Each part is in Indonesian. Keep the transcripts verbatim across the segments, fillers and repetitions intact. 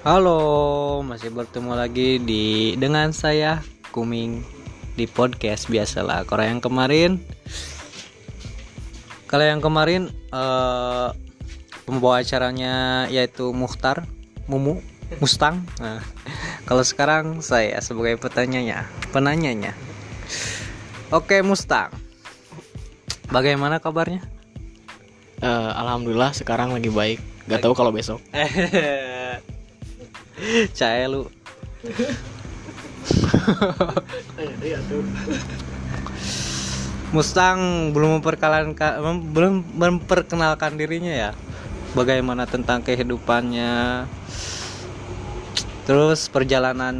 Halo, masih bertemu lagi di dengan saya Kuming di podcast biasalah. Kalau yang kemarin, kalau yang kemarin eh, pembawa acaranya yaitu Mukhtar, Mumu, Mustang. Nah, kalau sekarang saya sebagai petanyanya, penanyanya. Oke Mustang, bagaimana kabarnya? Uh, Alhamdulillah sekarang lagi baik. Gak tahu kalau besok. Caya lu. Mustang belum memperkenalkan belum memperkenalkan dirinya ya. Bagaimana tentang kehidupannya? Terus perjalanan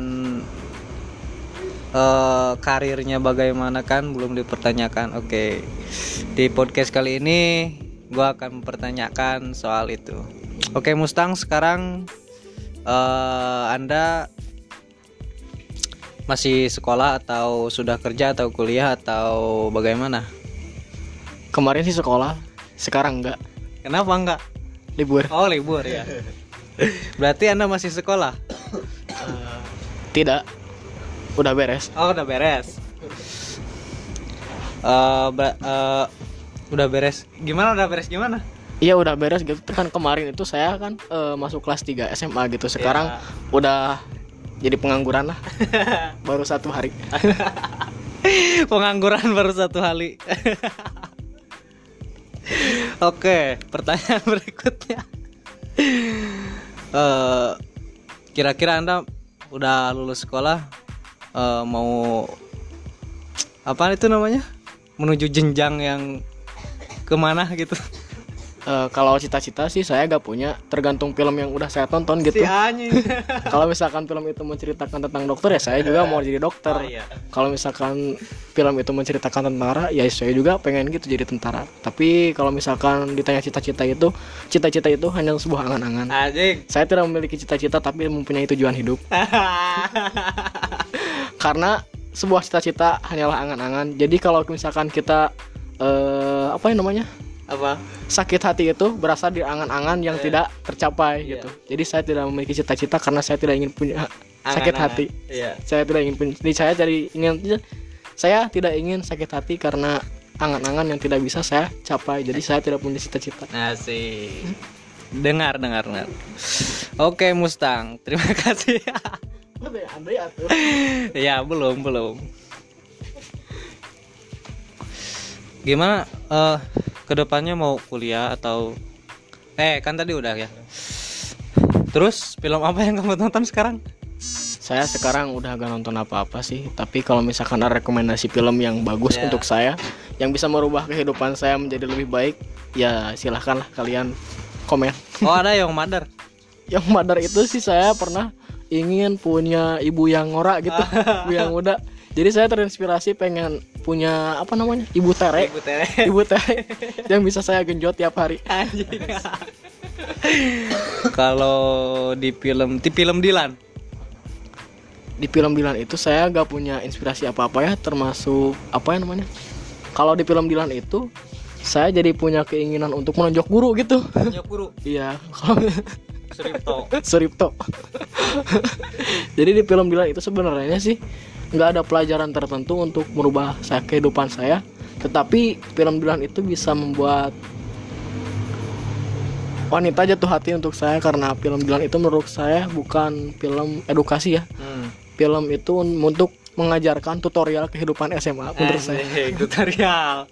uh, karirnya bagaimana kan belum dipertanyakan. Oke. Di podcast kali ini gua akan mempertanyakan soal itu. Oke Mustang, sekarang Uh, Anda masih sekolah atau sudah kerja atau kuliah atau bagaimana? Kemarin sih sekolah, sekarang enggak. Kenapa enggak? Libur. Oh libur ya. Berarti Anda masih sekolah? Uh, tidak. Udah beres. Oh udah beres. Uh, ber- uh, udah beres. Gimana udah beres gimana? Iya udah beres gitu kan, kemarin itu saya kan uh, masuk kelas tiga S M A gitu. Sekarang yeah. Udah jadi pengangguran lah. Baru satu hari. Pengangguran baru satu hari. Oke, pertanyaan berikutnya. uh, Kira-kira Anda udah lulus sekolah, uh, mau apa itu namanya? Menuju jenjang yang kemana gitu? Uh, kalau cita-cita sih saya gak punya, tergantung film yang udah saya tonton gitu. Si kalau misalkan film itu menceritakan tentang dokter ya saya juga mau jadi dokter. Oh, iya. Kalau misalkan film itu menceritakan tentara ya saya juga pengen gitu jadi tentara. Tapi kalau misalkan ditanya cita-cita itu, cita-cita itu hanya sebuah angan-angan. Ajik. Saya tidak memiliki cita-cita tapi mempunyai tujuan hidup. Karena sebuah cita-cita hanyalah angan-angan. Jadi kalau misalkan kita uh, apa yang namanya? apa sakit hati itu berasal dari angan-angan yang yeah. tidak tercapai yeah. gitu. Jadi saya tidak memiliki cita-cita karena saya tidak ingin punya angan-angan. Sakit hati. Yeah. Saya tidak ingin punya. Jadi saya jadi ingin saya tidak ingin sakit hati karena angan-angan yang tidak bisa saya capai. Jadi saya tidak punya cita-cita. Asik. Dengar, dengar, dengar. Oke Mustang, terima kasih. Ya belum, belum. Gimana? Uh, Kedepannya mau kuliah atau eh kan tadi udah ya. Terus film apa yang kamu tonton sekarang? Saya sekarang udah gak nonton apa-apa sih. Tapi kalau misalkan ada rekomendasi film yang bagus yeah. untuk saya, yang bisa merubah kehidupan saya menjadi lebih baik, ya silahkanlah kalian komen. Oh ada Young Mother. Young Mother itu sih saya pernah ingin punya ibu yang ngorak gitu. Ibu yang muda. Jadi saya terinspirasi pengen punya apa namanya ibu tere, ibu tere, ibu tere yang bisa saya genjot tiap hari. Kalau di film, di film Dilan, di film Dilan itu saya gak punya inspirasi apa-apa ya, termasuk apa ya namanya. Kalau di film Dilan itu saya jadi punya keinginan untuk menonjok guru gitu. Menonjok guru? Iya. Suripto. Suripto. Jadi di film Dilan itu sebenarnya sih nggak ada pelajaran tertentu untuk merubah saya, kehidupan saya, tetapi film Dilan itu bisa membuat wanita jatuh hati untuk saya karena film Dilan itu menurut saya bukan film edukasi ya. Hmm. Film itu untuk mengajarkan tutorial kehidupan S M A menurut eh, saya. Tutorial.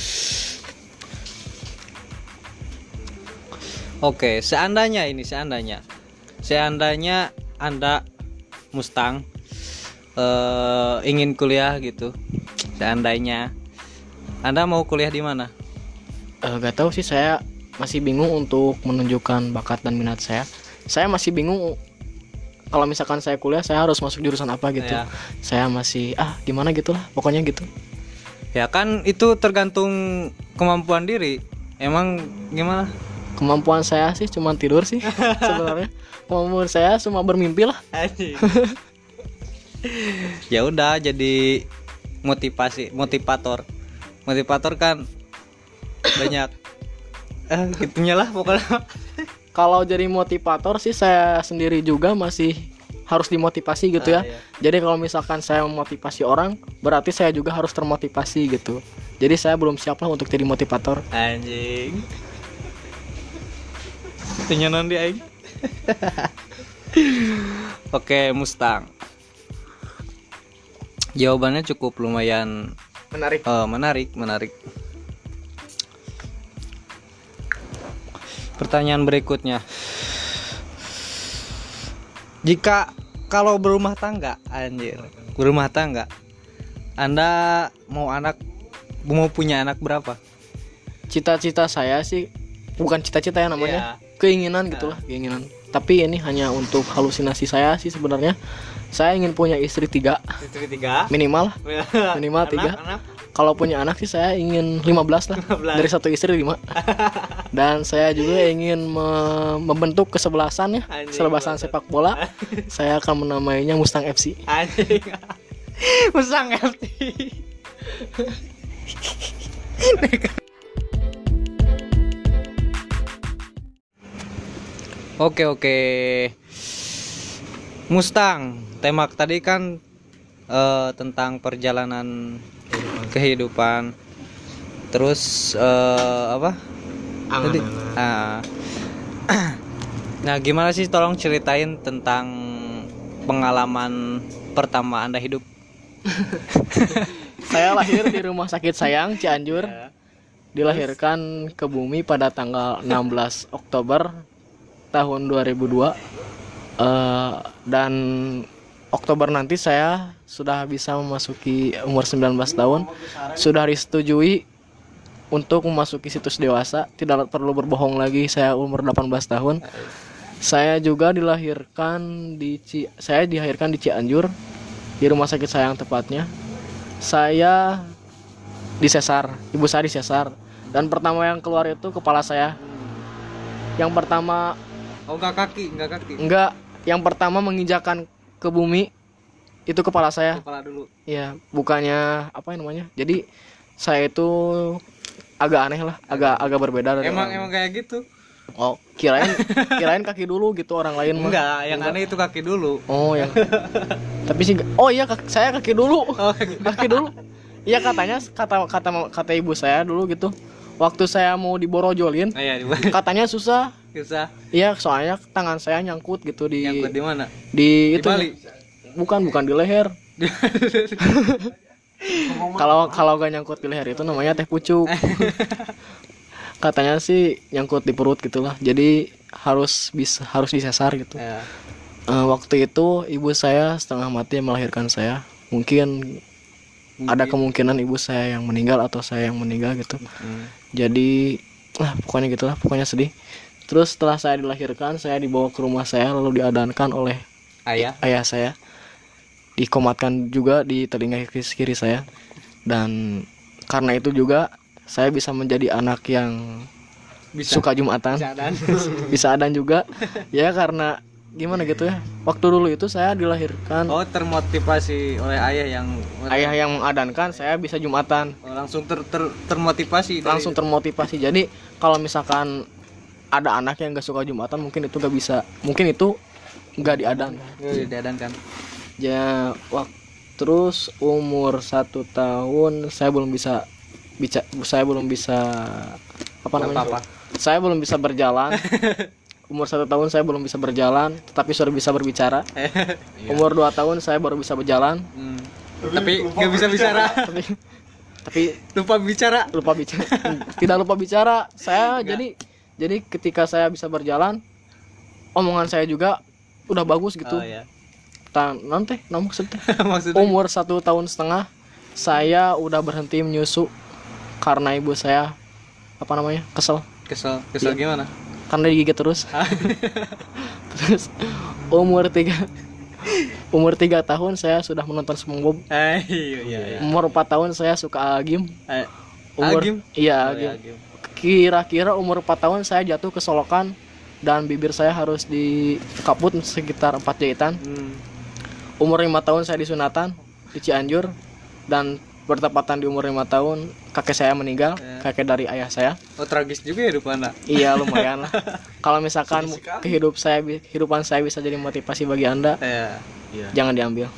Oke, seandainya ini seandainya, seandainya Anda Mustang Uh, ingin kuliah gitu, seandainya Anda mau kuliah di mana? Uh, gak tahu sih, saya masih bingung untuk menunjukkan bakat dan minat saya. Saya masih bingung kalau misalkan saya kuliah saya harus masuk jurusan apa gitu. Ya. Saya masih ah gimana gitulah, pokoknya gitu. Ya kan itu tergantung kemampuan diri. Emang gimana? Kemampuan saya sih cuma tidur sih sebenarnya. Kemampuan saya cuma bermimpi lah. Ya udah jadi motivasi motivator motivator kan banyak eh gitunya lah pokoknya. Kalau jadi motivator sih saya sendiri juga masih harus dimotivasi gitu ya. Ah, iya. Jadi kalau misalkan saya memotivasi orang, berarti saya juga harus termotivasi gitu. Jadi saya belum siap lah untuk jadi motivator. Anjing. Tenyanan di aing. Oke, Mustang. Jawabannya cukup lumayan Menarik. eh, menarik, menarik. Pertanyaan berikutnya. Jika kalau berumah tangga, anjir, berumah tangga, Anda mau anak mau punya anak berapa? Cita-cita saya sih bukan cita-cita ya namanya, Iya. keinginan gitulah, keinginan. Tapi ini hanya untuk halusinasi saya sih sebenarnya. Saya ingin punya istri tiga Istri tiga. minimal, minimal tiga. Anak. Kalau punya anak sih saya ingin lima belas lah. lima belas. Dari satu istri lima. Dan saya juga ingin me- membentuk kesebelasan ya, Anjing, kesebelasan mantap. sepak bola. Saya akan menamainya Mustang F C. Anjing. Mustang F T. Oke oke. Mustang, tema tadi kan eh, tentang perjalanan kehidupan. Terus eh, apa? Tadi? Ah. Nah, gimana sih tolong ceritain tentang pengalaman pertama Anda hidup? Saya lahir di Rumah Sakit Sayang Cianjur. Ya. Dilahirkan ke bumi pada tanggal enam belas Oktober tahun dua ribu dua. Eh, dan Oktober nanti saya sudah bisa memasuki umur sembilan belas tahun. Sudah disetujui untuk memasuki situs dewasa, tidak perlu berbohong lagi, saya umur delapan belas tahun. Saya juga dilahirkan di Ci- saya dilahirkan di Cianjur, di Rumah Sakit Sayang tepatnya. Saya disesar, ibu saya disesar. Dan pertama yang keluar itu kepala saya. Yang pertama Oh, enggak kaki, enggak kaki. enggak, yang pertama menginjakan ke bumi itu kepala saya. Kepala dulu. Ya, bukannya apa yang namanya? Jadi saya itu agak aneh lah, agak agak berbeda dari Emang orang. emang kayak gitu. Oh, kirain kirain kaki dulu gitu orang lain mah. Enggak, yang aneh itu kaki dulu. Oh, yang tapi sih nggak- oh iya kaki, saya kaki dulu. Oh, kaki. Kaki dulu. Iya katanya kata kata kata ibu saya dulu gitu. Waktu saya mau diborojolin, Oh, iya, di katanya susah. Susah. Iya, soalnya tangan saya nyangkut gitu di Nyangkut di mana? di Di itu. Bali. Bukan, bukan di leher. Kalau kalau gak nyangkut di leher itu namanya teh pucuk. Katanya sih nyangkut di perut gitulah. Jadi harus bisa harus disesar gitu. Ya. Eh, waktu itu ibu saya setengah mati melahirkan saya. Mungkin, ada kemungkinan ibu saya yang meninggal atau saya yang meninggal gitu. Hmm. Jadi ah pokoknya gitulah, pokoknya sedih. Terus setelah saya dilahirkan, saya dibawa ke rumah saya lalu diadankan oleh Ayah. ayah saya. Dikomatkan juga di telinga kiri, kiri saya. Dan karena itu juga saya bisa menjadi anak yang Bisa. suka Jumatan. Bisa dan. Bisa adan juga. Ya karena gimana gitu ya. Waktu dulu itu saya dilahirkan, Oh, termotivasi oleh ayah yang ayah yang mengadankan, saya bisa Jumatan. Oh, langsung ter, ter- termotivasi dari- Langsung termotivasi. Jadi kalau misalkan ada anak yang gak suka Jumatan, mungkin itu gak bisa, mungkin itu gak diadan. Oh, diadankan. Ya waktu terus umur satu tahun saya belum bisa bica saya belum bisa apa namanya Apa-apa. saya belum bisa berjalan. Umur satu tahun saya belum bisa berjalan, tetapi sudah bisa berbicara. Umur dua tahun saya baru bisa berjalan, Hmm. Tapi nggak bisa bicara. tapi tapi Lupa bicara. lupa bicara. Tidak lupa bicara. Saya jadi jadi ketika saya bisa berjalan, omongan saya juga udah bagus gitu. Oh ya. Tan nanti nah, maksudnya Maksudnya umur satu tahun setengah saya udah berhenti menyusu karena ibu saya apa namanya kesel kesel, kesel Iya. gimana? karena digigit terus. Terus umur tiga umur tiga tahun saya sudah menonton SpongeBob. Eh, iya iya. iya. Umur empat tahun saya suka Agim. Eh, Umur Agim? iya Oh, iya, Agim. Agim. Kira-kira umur empat tahun saya jatuh ke solokan dan bibir saya harus dikaput sekitar empat jahitan. Hmm. Umur lima tahun saya disunatan di Cianjur dan bertepatan di umur lima tahun kakek saya meninggal, yeah. kakek dari ayah saya. Oh, tragis juga ya hidup Anda. Iya, lumayan lah. Kalau misalkan kehidup saya kehidupan saya bisa jadi motivasi bagi Anda, yeah. Yeah. jangan diambil.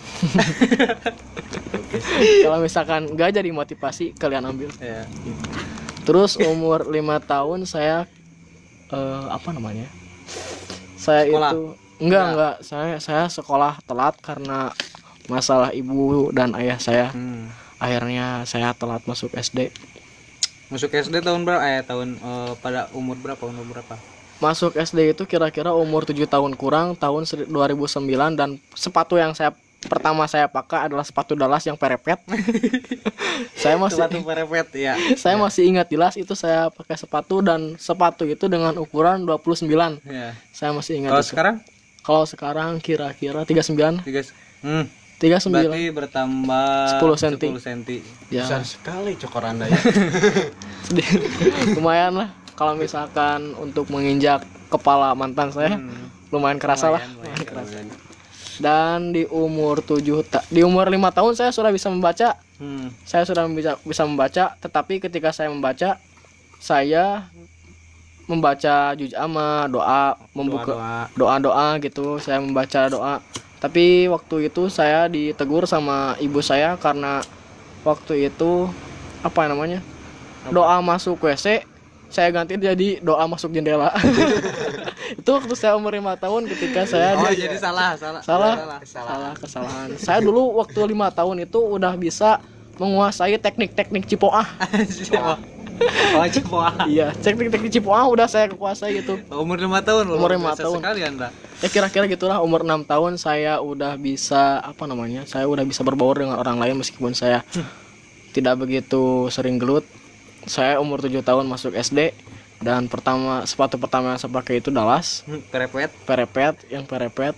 Kalau misalkan enggak jadi motivasi, kalian ambil. Yeah. Terus umur lima tahun saya uh, apa namanya? Saya sekolah. itu enggak ya. enggak saya saya sekolah telat karena masalah ibu dan ayah saya. Hmm. Akhirnya saya telat masuk S D. Masuk S D tahun berapa? Eh tahun uh, pada umur berapa? Umur berapa? Masuk S D itu kira-kira umur tujuh tahun kurang, tahun dua ribu sembilan, dan sepatu yang saya pertama saya pakai adalah sepatu Dallas yang perepet. Saya masih sepatu perepet ya. Saya ya. masih ingat jelas itu saya pakai sepatu, dan sepatu itu dengan ukuran dua puluh sembilan. Ya. Saya masih ingat. Kalau itu. sekarang? Kalau sekarang kira-kira tiga puluh sembilan. tiga hmm. tiga puluh sembilan. Berarti bertambah sepuluh senti. sepuluh senti. Ya. Besar sekali cokor Anda ya. Lumayan lah kalau misalkan untuk menginjak kepala mantan saya. Hmm. Lumayan kerasa lumayan, lah. Lumayan kerasa. Dan di umur tujuh ta- di umur lima tahun saya sudah bisa membaca. Hmm. Saya sudah bisa bisa membaca, tetapi ketika saya membaca, saya membaca juz amma, doa, membuka doa-doa gitu, saya membaca doa. Tapi waktu itu saya ditegur sama ibu saya karena waktu itu apa namanya? Doa masuk W C, saya ganti jadi doa masuk jendela. Itu waktu saya umur lima tahun ketika saya oh, di, jadi salah, salah, salah, salah, salah, kesalahan. Saya dulu waktu lima tahun itu udah bisa menguasai teknik-teknik cipoah. Oh, cipoah. Iya, teknik-teknik cipoah udah saya kuasai gitu. Umur lima tahun loh. Umur lima tahun. Sekali Anda. Ya kira-kira gitulah, umur enam tahun saya udah bisa apa namanya? Saya udah bisa berbaur dengan orang lain meskipun saya tidak begitu sering gelut. Saya umur tujuh tahun masuk S D. Dan pertama sepatu pertama yang saya pakai itu Dallas, perepet, perepet, yang perepet.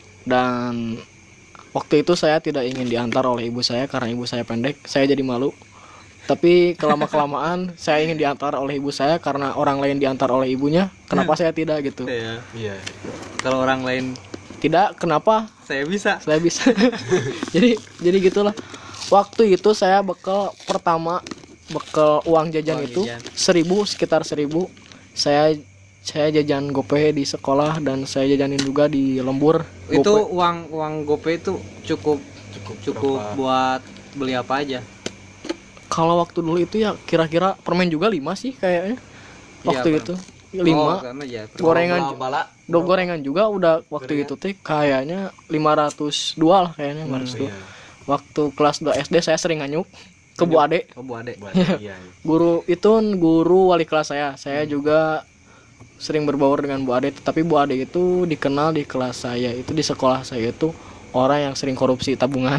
Dan waktu itu saya tidak ingin diantar oleh ibu saya karena ibu saya pendek, saya jadi malu. Tapi kelama kelamaan saya ingin diantar oleh ibu saya karena orang lain diantar oleh ibunya. Kenapa saya tidak gitu? Iya. Iya. Kalau orang lain tidak, kenapa? Saya bisa. Saya bisa. jadi jadi gitulah. Waktu itu saya bekal pertama bekal uang jajan uang itu jajan. seribu sekitar seribu. Saya saya jajan GoPay di sekolah dan saya jajanin juga di lembur. Itu GoPay. uang uang GoPay itu cukup cukup cukup berapa? Buat beli apa aja? Kalau waktu dulu itu ya kira-kira permen juga lima sih kayaknya. Waktu iya, itu lima. Oh, ya, gorengan bala, do gorengan juga udah waktu gorengan. Itu tuh kayaknya lima ratus dua lah kayaknya lima ratus dua. Hmm, iya. Waktu kelas dua S D saya sering nganyuk ke Bu Ade. Ke Bu Ade. Iya. Guru itu guru wali kelas saya. Saya hmm. juga sering berbaur dengan Bu Ade, tapi Bu Ade itu dikenal di kelas saya itu, di sekolah saya itu orang yang sering korupsi tabungan.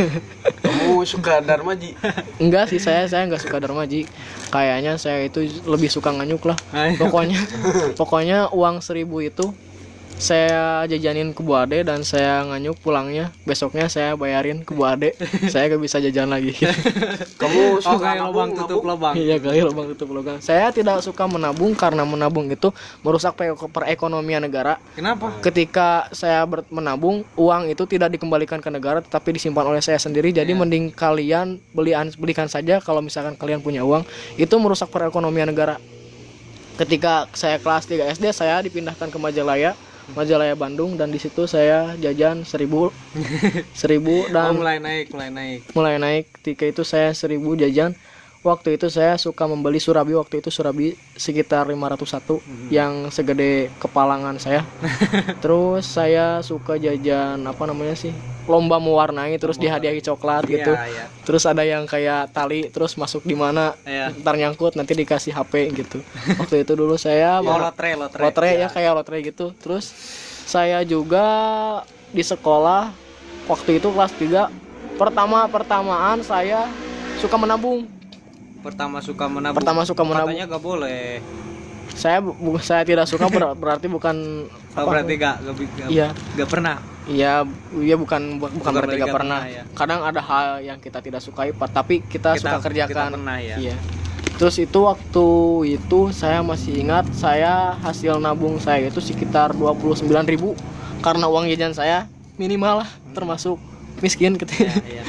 Kamu suka Darmaji? Enggak sih, saya saya enggak suka Darmaji. Kayaknya saya itu lebih suka nganyuk lah. Pokoknya pokoknya uang seribu itu saya jajanin ke Bu Ade dan saya nganyuk pulangnya. Besoknya saya bayarin ke Bu Ade. Saya gak bisa jajan lagi. Kamu suka oh, kayak lubang tutup lubang. Iya, kayak lubang tutup lubang. Saya tidak suka menabung karena menabung itu merusak perekonomian negara. Kenapa? Ketika saya ber- menabung, uang itu tidak dikembalikan ke negara tetapi disimpan oleh saya sendiri. Jadi yeah. mending kalian belian belikan saja kalau misalkan kalian punya uang. Itu merusak perekonomian negara. Ketika saya kelas tiga S D, saya dipindahkan ke Majalaya. Majalaya Bandung, dan di situ saya jajan seribu seribu dan oh, mulai naik mulai naik mulai naik ketika itu saya seribu jajan. Waktu itu saya suka membeli surabi, waktu itu surabi sekitar lima ratus satu mm-hmm. yang segede kepalangan saya. Terus saya suka jajan apa namanya sih, lomba mewarnai, terus dihadiahi coklat gitu. Yeah, yeah. Terus ada yang kayak tali terus masuk di mana yeah. ntar nyangkut nanti dikasih H P gitu. Waktu itu dulu saya oh, lotre lotre lotre ya, ya kayak lotre gitu. Terus saya juga di sekolah waktu itu kelas tiga pertama pertamaan saya suka menabung. Pertama suka menabung. Pertama suka menabung. Katanya gak boleh. Saya bu- saya tidak suka ber- berarti bukan oh, berarti gak, gak, gak, iya. gak pernah. Iya, iya bukan bukan, bukan berarti gak pernah. pernah ya. Kadang ada hal yang kita tidak sukai tapi kita, kita suka kerjakan. Kita pernah ya. Iya. Terus itu waktu itu saya masih ingat, saya hasil nabung saya itu sekitar dua puluh sembilan ribu karena uang jajan saya minimal lah, termasuk miskin gitu. Ya, iya.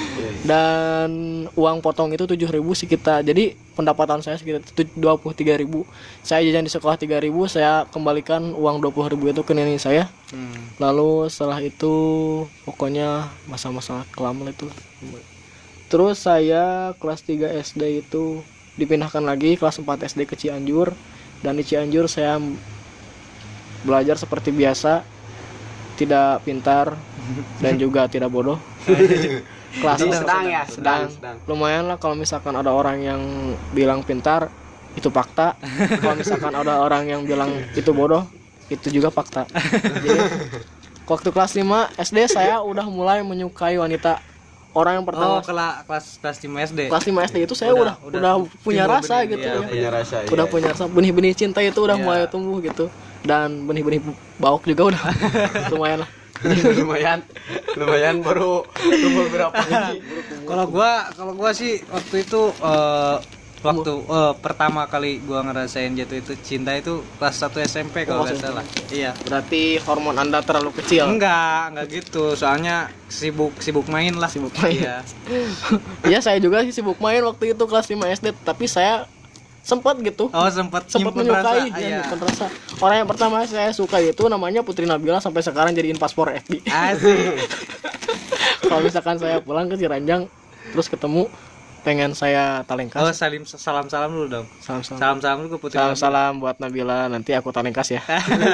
dan uang potong itu tujuh ribu sekitar. Jadi pendapatan saya sekitar dua puluh tiga ribu. Saya jajan di sekolah tiga ribu, saya kembalikan uang dua puluh ribu itu ke nenek saya. Hmm. Lalu setelah itu pokoknya masa-masa kelam itu. Terus saya kelas tiga S D itu dipindahkan lagi kelas empat S D ke Cianjur, dan di Cianjur saya belajar seperti biasa, tidak pintar dan juga tidak bodoh. Kelas sedang, sedang ya, sedang. sedang. Lumayan lah kalau misalkan ada orang yang bilang pintar, itu fakta. Kalau misalkan ada orang yang bilang itu bodoh, itu juga fakta. Jadi waktu kelas lima S D saya udah mulai menyukai wanita. Orang yang pertama. Oh, kelas kelas kelas lima S D. Kelas lima S D itu saya udah udah, udah, udah punya rasa gitu ya. ya. Punya rasa. Udah iya. punya rasa, benih-benih cinta itu udah iya. mulai tumbuh gitu. Dan benih-benih bauk juga udah lumayan lah. lumayan lumayan baru beberapa biji. Kalau gua kalau gua sih waktu itu uh, waktu uh, pertama kali gua ngerasain jatuh itu cinta itu kelas satu S M P kalau nggak salah. Iya. Berarti hormon Anda terlalu kecil. Enggak, enggak gitu. Soalnya sibuk sibuk main lah. Sibuk main. Iya. Iya, saya juga sih sibuk main waktu itu kelas lima S D, tapi saya sempat gitu. Oh, sempat sempat menyukai rasa. Ya, iya. rasa. Orang yang pertama saya suka itu namanya Putri Nabila, sampai sekarang jadiin paspor F B. Asik. Kalau misalkan saya pulang ke Ciranjang terus ketemu, pengen saya talengkas. Oh, salim salam salam dulu dong. Salam salam. Salam salam dulu ke Putri. Salam salam buat Nabila, nanti aku talengkas ya.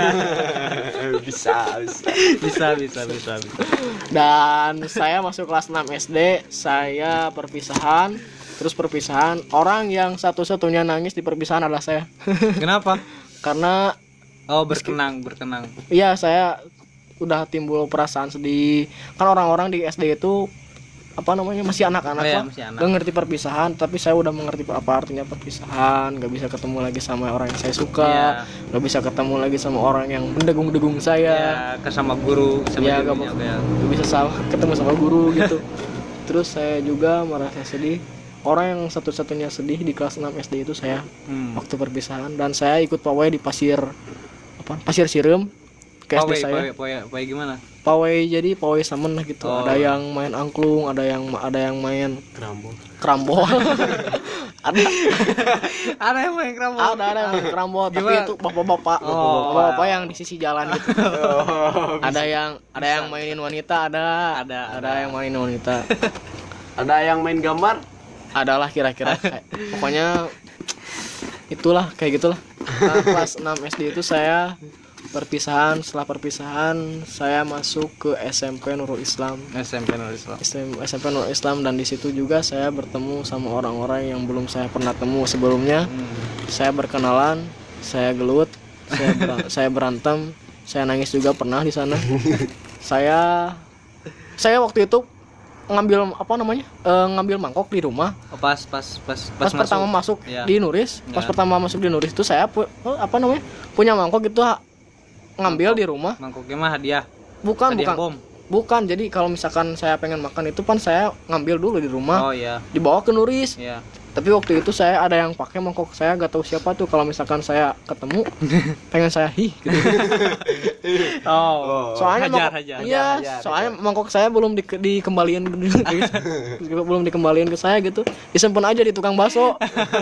bisa, bisa. Bisa, bisa, bisa, bisa. Dan saya masuk kelas enam S D, saya perpisahan. Terus perpisahan, orang yang satu-satunya nangis di perpisahan adalah saya. Kenapa? Karena oh, berkenang, berkenang. Iya, saya udah timbul perasaan sedih. Kan orang-orang di S D itu apa namanya masih anak-anak, oh, iya, masih anak. Gak ngerti perpisahan, tapi saya udah mengerti apa artinya perpisahan. Gak bisa ketemu lagi sama orang yang saya suka, yeah. Gak bisa ketemu lagi sama orang yang mendegung-degung saya, yeah, sama guru, sama ya, gak, ya. gak bisa sama, ketemu sama guru gitu. Terus saya juga merasa sedih. Orang yang satu-satunya sedih di kelas enam S D itu saya, hmm. waktu perpisahan. Dan saya ikut pawai di pasir apa? Pasir Sireum ke S D pawai, saya. Pawai, pawai, pawai gimana? Pawai jadi pawai samen lah gitu. Oh. Ada yang main angklung, ada yang ada yang main kerambol. Kerambol. ada ada yang main kerambol. Ada ada yang main kerambol, tapi itu bapak-bapak. Oh, bapak-bapak yang di sisi jalan gitu. Oh, ada yang ada bisa. Yang mainin wanita, ada ada ada, ada yang mainin wanita. Ada yang main gambar? Adalah kira-kira pokoknya itulah kayak gitulah. Nah, kelas enam S D itu saya perpisahan. Setelah perpisahan saya masuk ke S M P Nurul Islam. S M P Nurul Islam. S M P Nurul Islam, dan di situ juga saya bertemu sama orang-orang yang belum saya pernah temu sebelumnya. Hmm. Saya berkenalan, saya gelut, saya ber- saya berantem, saya nangis juga pernah di sana. saya saya waktu itu ngambil apa namanya e, ngambil mangkok di rumah. Oh, pas pas pas pas, pas masuk. Pertama masuk ya. Di Nuris ya. Pas pertama masuk di Nuris itu saya pu, apa namanya punya mangkok gitu ngambil mangkok, di rumah. Mangkoknya mah hadiah. Bukan hadiah bukan bom. Bukan, jadi kalau misalkan saya pengen makan itu kan saya ngambil dulu di rumah. Oh iya. Dibawa ke Nuris. Iya. Tapi waktu itu saya ada yang pakai mangkok saya, gak tahu siapa tuh. Kalau misalkan saya ketemu pengen saya hi gitu. Oh, soalnya hajar, mangkok, hajar, iya, hajar, soalnya hajar. mangkok saya belum di, dikembaliin belum dikembaliin ke saya gitu. Disimpan aja di tukang bakso.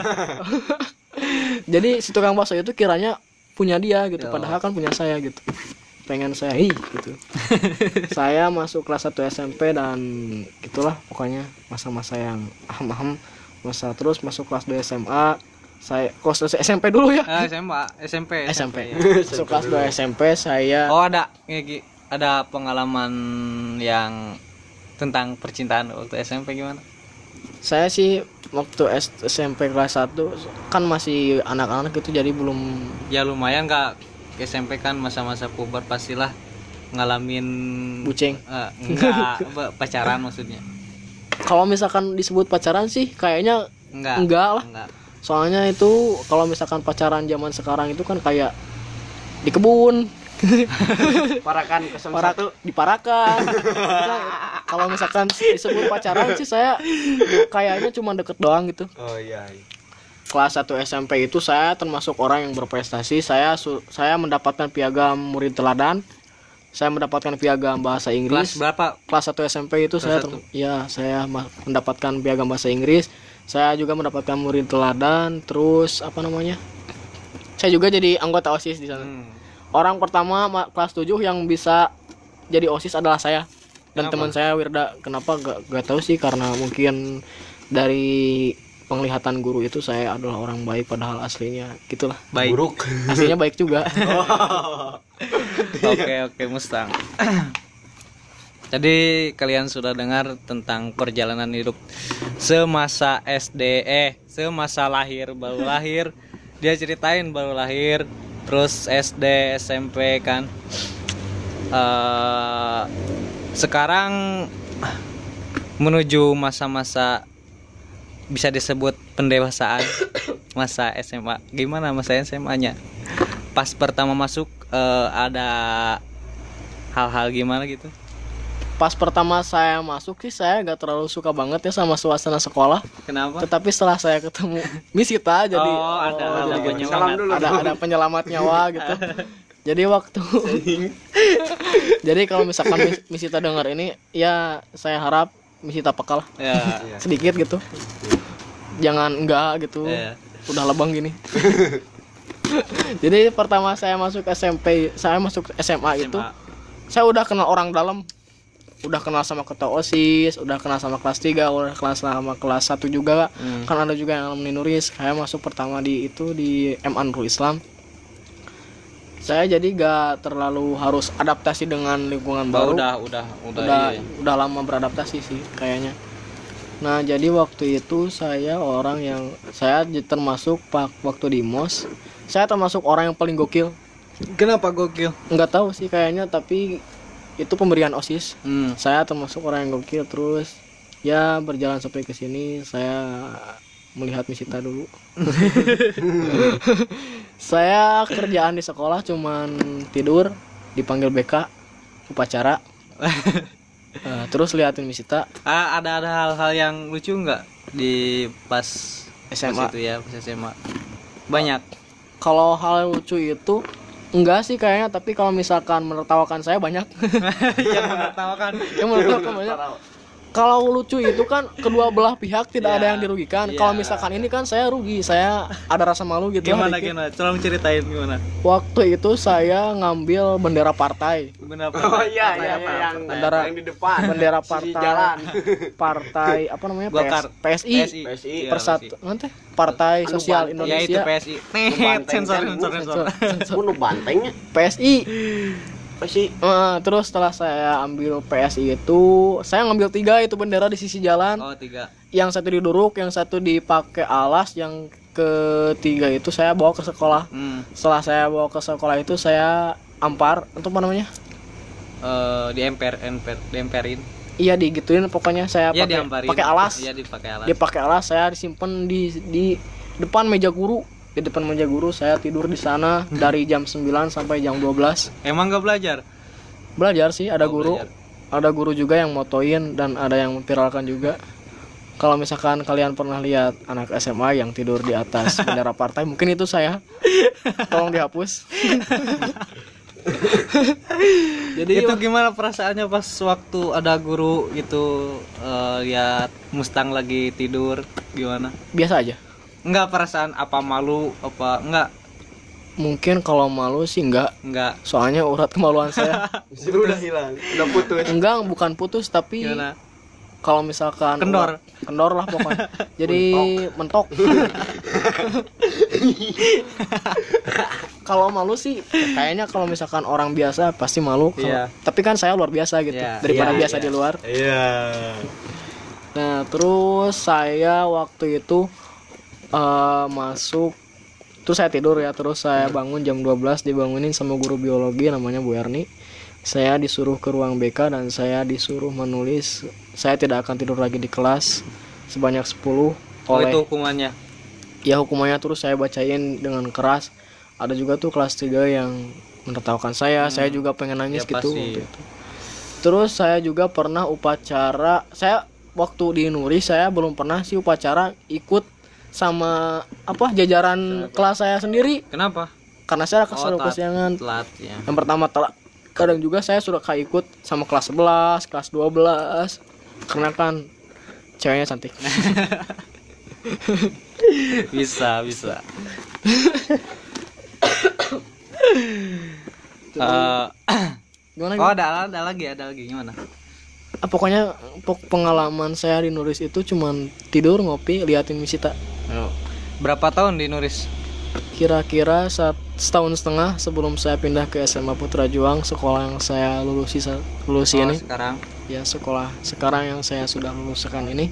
Jadi si tukang bakso itu kiranya punya dia gitu, padahal kan punya saya gitu. Pengen saya hi gitu. Saya masuk kelas satu S M P dan gitulah pokoknya masa-masa yang aham-aham. Masa terus masuk kelas dua S M A. Saya kelas S M P dulu ya. Ah, S M A, S M P. S M P. Masuk kelas dua S M P saya. Oh, ada ya, ada pengalaman yang tentang percintaan waktu S M P gimana? Saya sih waktu S M P kelas satu kan masih anak-anak itu, jadi belum. Ya lumayan Kak. S M P kan masa-masa puber, pastilah ngalamin bucing. Uh, enggak, pacaran maksudnya. Kalau misalkan disebut pacaran sih kayaknya enggak, enggak lah. Enggak. Soalnya itu kalau misalkan pacaran zaman sekarang itu kan kayak di kebun. Parakan kosong Parak, satu diparakan. Kalau misalkan disebut pacaran sih saya kayaknya cuma deket doang gitu. Oh iya. iya. Kelas satu S M P itu saya termasuk orang yang berprestasi. Saya su- saya mendapatkan piagam murid teladan. saya mendapatkan piagam bahasa Kelas Inggris. berapa? Kelas satu S M P itu Kelas saya satu. ter- ya saya ma- mendapatkan piagam bahasa Inggris. Saya juga mendapatkan murid teladan, terus apa namanya? Saya juga jadi anggota OSIS di sana. Hmm. Orang pertama ma- kelas tujuh yang bisa jadi OSIS adalah saya dan Kenapa? teman saya Wirda. Kenapa gak, gak tahu sih, karena mungkin dari penglihatan guru itu saya adalah orang baik padahal aslinya gitulah. Baik. Buruk. Aslinya baik juga. Oke oke Mustang. Jadi kalian sudah dengar tentang perjalanan hidup semasa S D, eh semasa lahir, baru lahir. Dia ceritain baru lahir, terus S D, S M P kan. Eh, sekarang menuju masa-masa bisa disebut pendewasaan, masa S M A. Gimana masa S M A-nya? Pas pertama masuk eh, ada hal-hal gimana gitu? Pas pertama saya masuk sih saya gak terlalu suka banget ya sama suasana sekolah. Kenapa? Tetapi setelah saya ketemu Misita jadi Oh, ada- ada jadi penyelamat. salam dulu. ada ada penyelamat nyawa gitu. Jadi waktu jadi kalau misalkan Mis- Misita dengar ini ya saya harap Misita peka lah Ya. sedikit gitu. Jangan enggak gitu. Iya. Udah lebang gini. Jadi pertama saya masuk S M P, saya masuk S M A itu S M A. saya udah kenal orang dalam. Udah kenal sama ketua OSIS, udah kenal sama kelas tiga, udah kenal sama kelas satu juga. Hmm. Kan ada juga yang alumni Nuris. Saya masuk pertama di itu di M A Nurul Islam. Saya jadi gak terlalu harus adaptasi dengan lingkungan Oh, baru. udah udah udah udah iya. udah lama beradaptasi sih kayaknya. Nah jadi waktu itu saya orang yang saya j- termasuk pak waktu di M O S saya termasuk orang yang paling gokil. Kenapa gokil? Nggak tahu sih kayaknya, tapi itu pemberian OSIS. Hmm. Saya termasuk orang yang gokil. Terus ya berjalan sampai ke sini saya melihat Misita dulu. Saya kerjaan di sekolah cuman tidur, dipanggil B K, upacara. Eh, terus liatin Misita Ah, ada ada hal-hal yang lucu nggak di pas S M A. pas itu ya, pas S M A? Banyak. Kalau hal lucu itu enggak sih kayaknya, tapi kalau misalkan menertawakan saya banyak. Yang menertawakan. Yang menertawakan banyak. Kalau lucu itu kan kedua belah pihak tidak Ya, ada yang dirugikan. ya. Kalau misalkan ini kan saya rugi, saya ada rasa malu gitu. lah Gimana dikit. gimana? Tolong ceritain gimana? Waktu itu saya ngambil bendera partai. Benar Oh iya iya, iya yang Antara yang di depan. Bendera Sisi partai. jalan. Partai apa namanya? Golkar. P S I. P S I. Iya, Persatu P S I. nanti Partai Anu Sosial Banteng. Ya itu Indonesia. P S I. Nih, Banteng sensor kan, sensor sensor. Sensor. Bunuh bantengnya. P S I. Apa sih? Eh, terus setelah saya ambil P S I itu, saya ngambil tiga itu bendera di sisi jalan. Oh, tiga. Yang satu diduruk, yang satu dipakai alas, yang ketiga itu saya bawa ke sekolah. Hmm. Setelah saya bawa ke sekolah itu saya ampar, untuk apa namanya? Eh, di emper emper diemperin. Iya digituin pokoknya saya Iya, pakai diamparin. pakai alas. Iya, dipakai alas. Dia pakai alas, saya disimpan di di depan meja guru. Di depan meja guru saya tidur di sana dari jam sembilan sampai jam dua belas. Emang gak belajar? Belajar sih, ada Oh, guru. belajar. Ada guru juga yang motoin dan ada yang memviralkan juga. Kalau misalkan kalian pernah lihat anak S M A yang tidur di atas bendera partai, mungkin itu saya. Tolong dihapus. Jadi Itu gimana perasaannya pas waktu ada guru gitu eh, lihat Mustang lagi tidur gimana? biasa aja. Enggak perasaan apa malu apa enggak? Mungkin kalau malu sih enggak. Enggak. Soalnya urat kemaluan saya. Itu udah hilang. Udah putus. Enggak, bukan putus tapi Gimana? kalau misalkan Kendor. urat- kendor lah pokoknya. Jadi mentok. Kalau malu sih kayaknya kalau misalkan orang biasa pasti malu. Kalau- Iya. Tapi kan saya luar biasa gitu Iya, daripada iya, biasa iya. di luar. Iya. Nah terus saya waktu itu eh, masuk, terus saya tidur ya, terus saya bangun jam dua belas, dibangunin sama guru biologi namanya Bu Erni. Saya disuruh ke ruang B K dan saya disuruh menulis. Saya tidak akan tidur lagi di kelas sebanyak sepuluh. Oh, Oleh itu hukumannya. ya hukumannya terus saya bacain dengan keras. Ada juga tuh kelas tiga yang menertawakan saya. Saya juga pengen nangis Ya, gitu. pasti. waktu itu. Terus saya juga pernah upacara. Saya waktu di Nuri saya belum pernah sih upacara ikut sama apa jajaran kelas saya sendiri, Kenapa? karena saya Oh, kesel telat- kesiangan. Telat ya. Yang pertama telat kadang juga saya suka ikut sama kelas sebelas, kelas dua belas karena kan ceweknya cantik. Bisa, bisa. uh, Gimana, oh, gimana? ada ada lagi, ada lagi gimana? Ah, pokoknya pok- pengalaman saya di Nuris itu cuman tidur, ngopi, liatin Misita. Berapa tahun di Nuris? Kira-kira saat setahun setengah sebelum saya pindah ke S M A Putra Juang, sekolah yang saya lulusi lulusi Oh, ini. sekarang. Ya, sekolah sekarang yang saya sudah luluskan ini.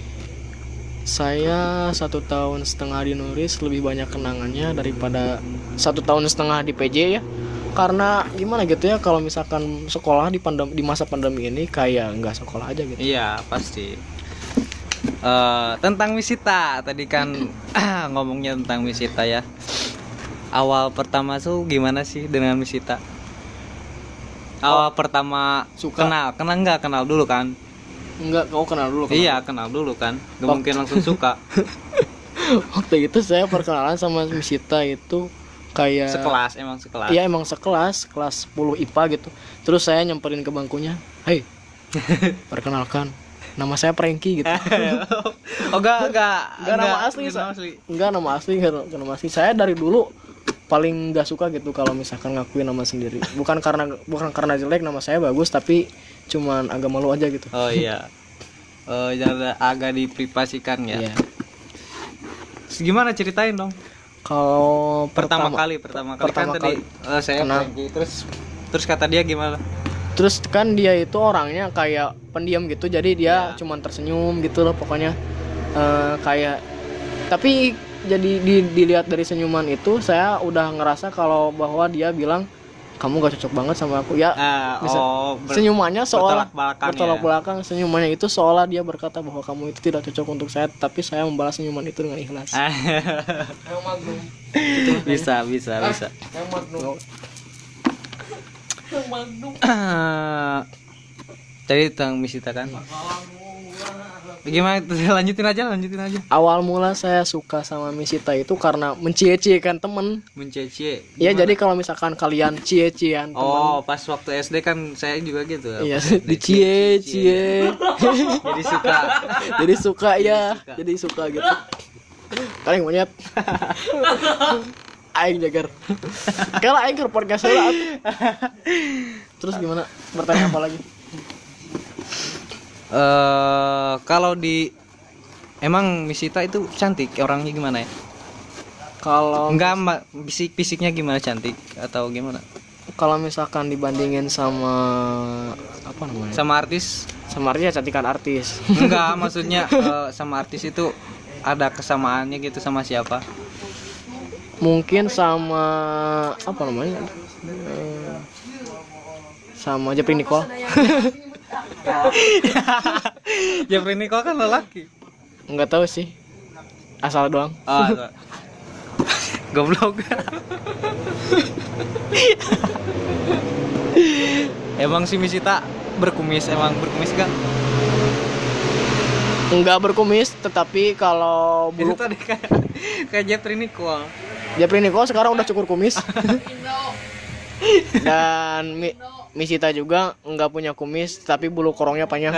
Saya satu tahun setengah di Nuris lebih banyak kenangannya daripada satu tahun setengah di P J ya. Karena gimana gitu ya, kalau misalkan sekolah di pandem di masa pandemi ini kayak nggak sekolah aja gitu. Iya, pasti. Uh, tentang Misita tadi kan ngomongnya tentang Misita ya. Awal pertama tuh gimana sih dengan Misita? Awal oh, pertama suka kenal, kenal nggak kenal dulu kan? Enggak, kau kenal dulu. Kenal iya, dulu. kenal dulu kan. Gak oh. mungkin langsung suka. Waktu itu saya perkenalan sama Misita itu kayak sekelas, emang sekelas. Iya, emang sekelas, kelas sepuluh I P A gitu. Terus saya nyamperin ke bangkunya, "Hei, perkenalkan, nama saya Franky," gitu. Oh, enggak, enggak. Enggak nama asli, nama asli. Enggak nama asli, enggak nama asli. Saya dari dulu paling enggak suka gitu kalau misalkan ngakuin nama sendiri. Bukan karena bukan karena jelek, nama saya bagus, tapi cuman agak malu aja gitu. Oh iya. Oh, jangan agak diprivasikan ya. Iya. Gimana ceritain dong? Kalau pertama, pertama kali, pertama kali pertama kan kali, tadi uh, saya Franky, terus terus kata dia gimana? Terus kan dia itu orangnya kayak pendiam gitu, jadi dia ya. cuman tersenyum gitu loh pokoknya, uh, kayak tapi jadi di, dilihat dari senyuman itu saya udah ngerasa kalau bahwa dia bilang kamu gak cocok banget sama aku ya. Uh, oh, ber- senyumannya seolah bertolak bertolak ya. belakang, senyumannya itu seolah dia berkata bahwa kamu itu tidak cocok untuk saya, tapi saya membalas senyuman itu dengan ikhlas. Yang magnum. Bisa, bisa, bisa. Yang magnum. Yang magnum. Tadi tentang Misita kan. Gimana? Lanjutin aja, lanjutin aja. Awal mula saya suka sama Misita itu karena mencie-ciekan temen. Mencie-cie. Iya, jadi kalau misalkan kalian cie-ciean temen. Oh, pas waktu S D kan saya juga gitu. Iya, dicie-cie. Jadi suka. Jadi suka ya, jadi suka gitu. Kalian monyet. Aing jagar. Kalau aing ke podcast heula. Terus gimana? Bertanya apa lagi? Eh uh, kalau di emang Misita itu cantik orangnya gimana ya? Kalau enggak fisik fisiknya gimana, cantik atau gimana? Kalau misalkan dibandingin sama apa namanya? Sama artis? Sama artis ya, cantikan artis. Enggak, maksudnya uh, sama artis itu ada kesamaannya gitu sama siapa? Mungkin sama apa namanya? Uh, sama Jeffrey Nicole. Jeffrey Nicole kan lelaki. Enggak tahu sih. Asal doang. Oh, goblok. Emang si Misita berkumis, emang berkumis kan? Enggak berkumis, tetapi kalau bulu itu tadi kayak kayak Jeffrey Nicole. Jeffrey Nicole sekarang udah cukur kumis. Dan Mi, Misita juga enggak punya kumis, tapi bulu korongnya panjang.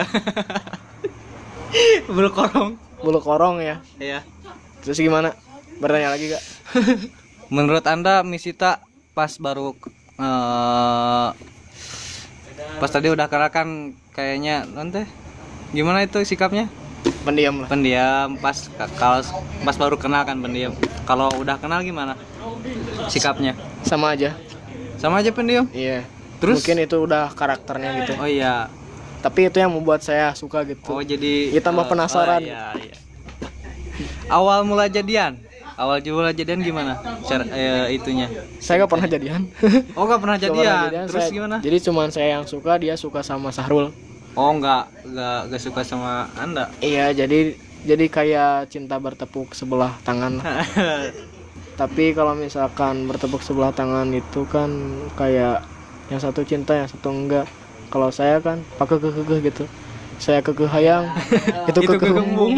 Bulu korong. Bulu korong ya. Iya. Terus gimana? Bertanya lagi gak? Menurut Anda Misita pas baru uh, pas tadi udah kenal kan kayaknya nanti gimana itu sikapnya? Pendiam lah. Pendiam. Pas kalau pas baru kenal kan pendiam. Kalau udah kenal gimana sikapnya? Sama aja. Sama aja pendiam. Iya. Terus mungkin itu udah karakternya gitu. Oh iya. Tapi itu yang membuat saya suka gitu. Oh jadi ya, tambah uh, penasaran. Oh, iya, iya. Awal mula jadian. Awal mula jadian gimana? Cara eh, itunya. Saya gak pernah jadian. Oh, gak pernah jadian. Pernah jadian. Terus saya, gimana? Jadi cuman saya yang suka, dia suka sama Sahrul. Oh, enggak, enggak enggak suka sama Anda. Iya, jadi jadi kayak cinta bertepuk sebelah tangan. Tapi kalau misalkan bertepuk sebelah tangan itu kan kayak yang satu cinta, yang satu enggak. Kalau saya kan pakai kekeh gitu. Saya kekeh hayang, itu kekeh embung.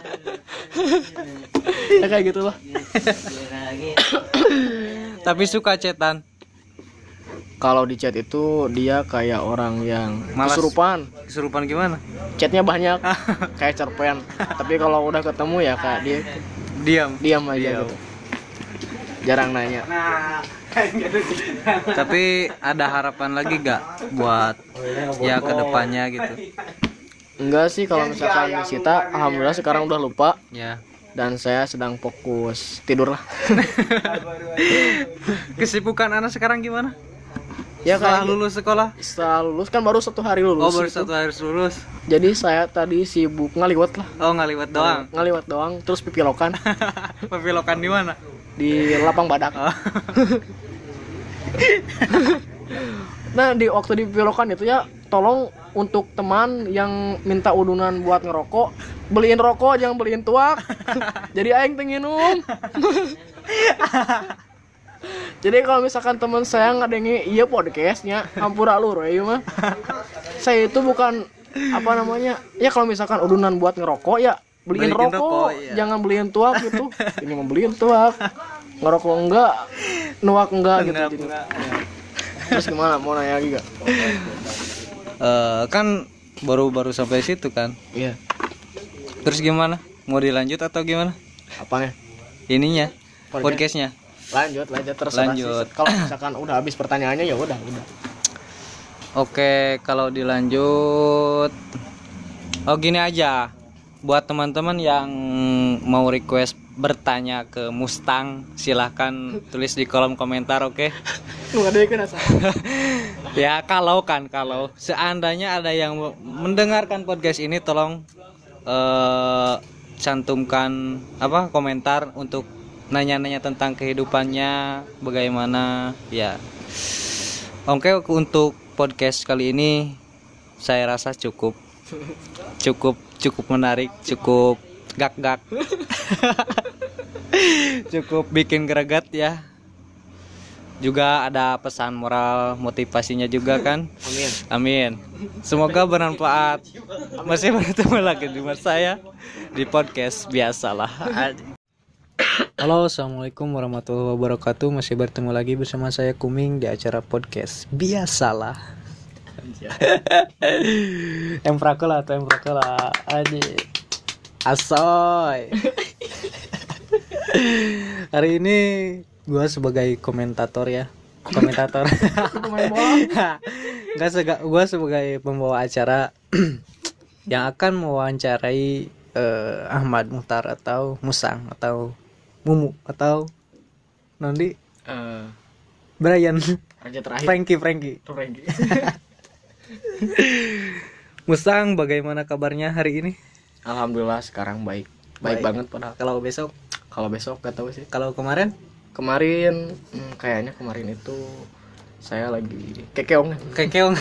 Ya kayak gitulah. Tapi suka cetan. Kalau di chat itu dia kayak orang yang Malas. kesurupan. Kesurupan gimana? Chatnya banyak, kayak cerpen. Tapi kalau udah ketemu ya kayak dia Diam. diam aja Diam. gitu. Jarang nanya. Tapi ada harapan lagi gak buat ya kedepannya gitu? Enggak sih, kalau misalkan disita, alhamdulillah sekarang udah lupa. Ya. Dan saya sedang fokus tidur lah. Kesibukan anak sekarang gimana? Ya Setelah kayak lulus sekolah? setelah lulus kan baru satu hari lulus. Oh baru gitu. satu hari lulus. Jadi saya tadi sibuk ngaliwat lah. Oh ngaliwat doang. Ngaliwat doang, terus pipilokan Pepilokan di mana? di lapang badak. Oh. Nah di waktu di pipilokan itu ya, tolong untuk teman yang minta udunan buat ngerokok, beliin rokok, jangan beliin tuak. Jadi aing teu nginum. Jadi kalau misalkan teman saya ngadengi iya podcastnya, hampura lur ya mah. Saya itu bukan apa namanya, ya kalau misalkan udunan buat ngerokok ya beliin, Beliin rokok, rokok, iya. jangan beliin tuak gitu. Ini mau beliin tuak, ngerokok enggak, nuak enggak gitu. Enggak, Jadi. enggak. Terus gimana, mau nanya lagi gak? Eh, kan baru-baru sampai situ kan. Iya. Terus gimana? Mau dilanjut atau gimana? Apanya? Ininya, Podcast. podcastnya. Lanjut, lanjut terserah. Lanjut. Sih. Kalau misalkan udah habis pertanyaannya ya udah, udah. Oke, kalau dilanjut, oh gini aja, buat teman-teman yang mau request bertanya ke Mustang, silahkan tulis di kolom komentar, oke? Lu ada kan asal. Ya kalau kan, kalau seandainya ada yang mendengarkan podcast ini, tolong eh, cantumkan apa komentar untuk nanya-nanya tentang kehidupannya, bagaimana, ya. Oke, untuk podcast kali ini saya rasa cukup cukup cukup menarik, cukup gak-gak. Cukup bikin greget ya. Juga ada pesan moral motivasinya juga kan. Amin. Amin. Semoga bermanfaat. Masih bertemu lagi dengan saya di podcast biasalah. Halo, assalamualaikum warahmatullahi wabarakatuh. Masih bertemu lagi bersama saya Kuming di acara podcast biasalah. Emprakula atau emprakula aja. Asoy. Hari ini gue sebagai komentator ya, komentator. Gak sega, gue sebagai pembawa acara yang akan mewawancarai uh, Ahmad Muhtar atau Musang atau Mumu atau Nondi, Uh, Brian, raja terakhir. Frankie, Frankie. Frankie. Musang, bagaimana kabarnya hari ini? Alhamdulillah sekarang baik. Baik, Baik. banget padahal. Kalau besok, Kalau besok gak tahu sih. kalau kemarin, Kemarin hmm, kayaknya kemarin itu saya lagi kekeong. kekeong.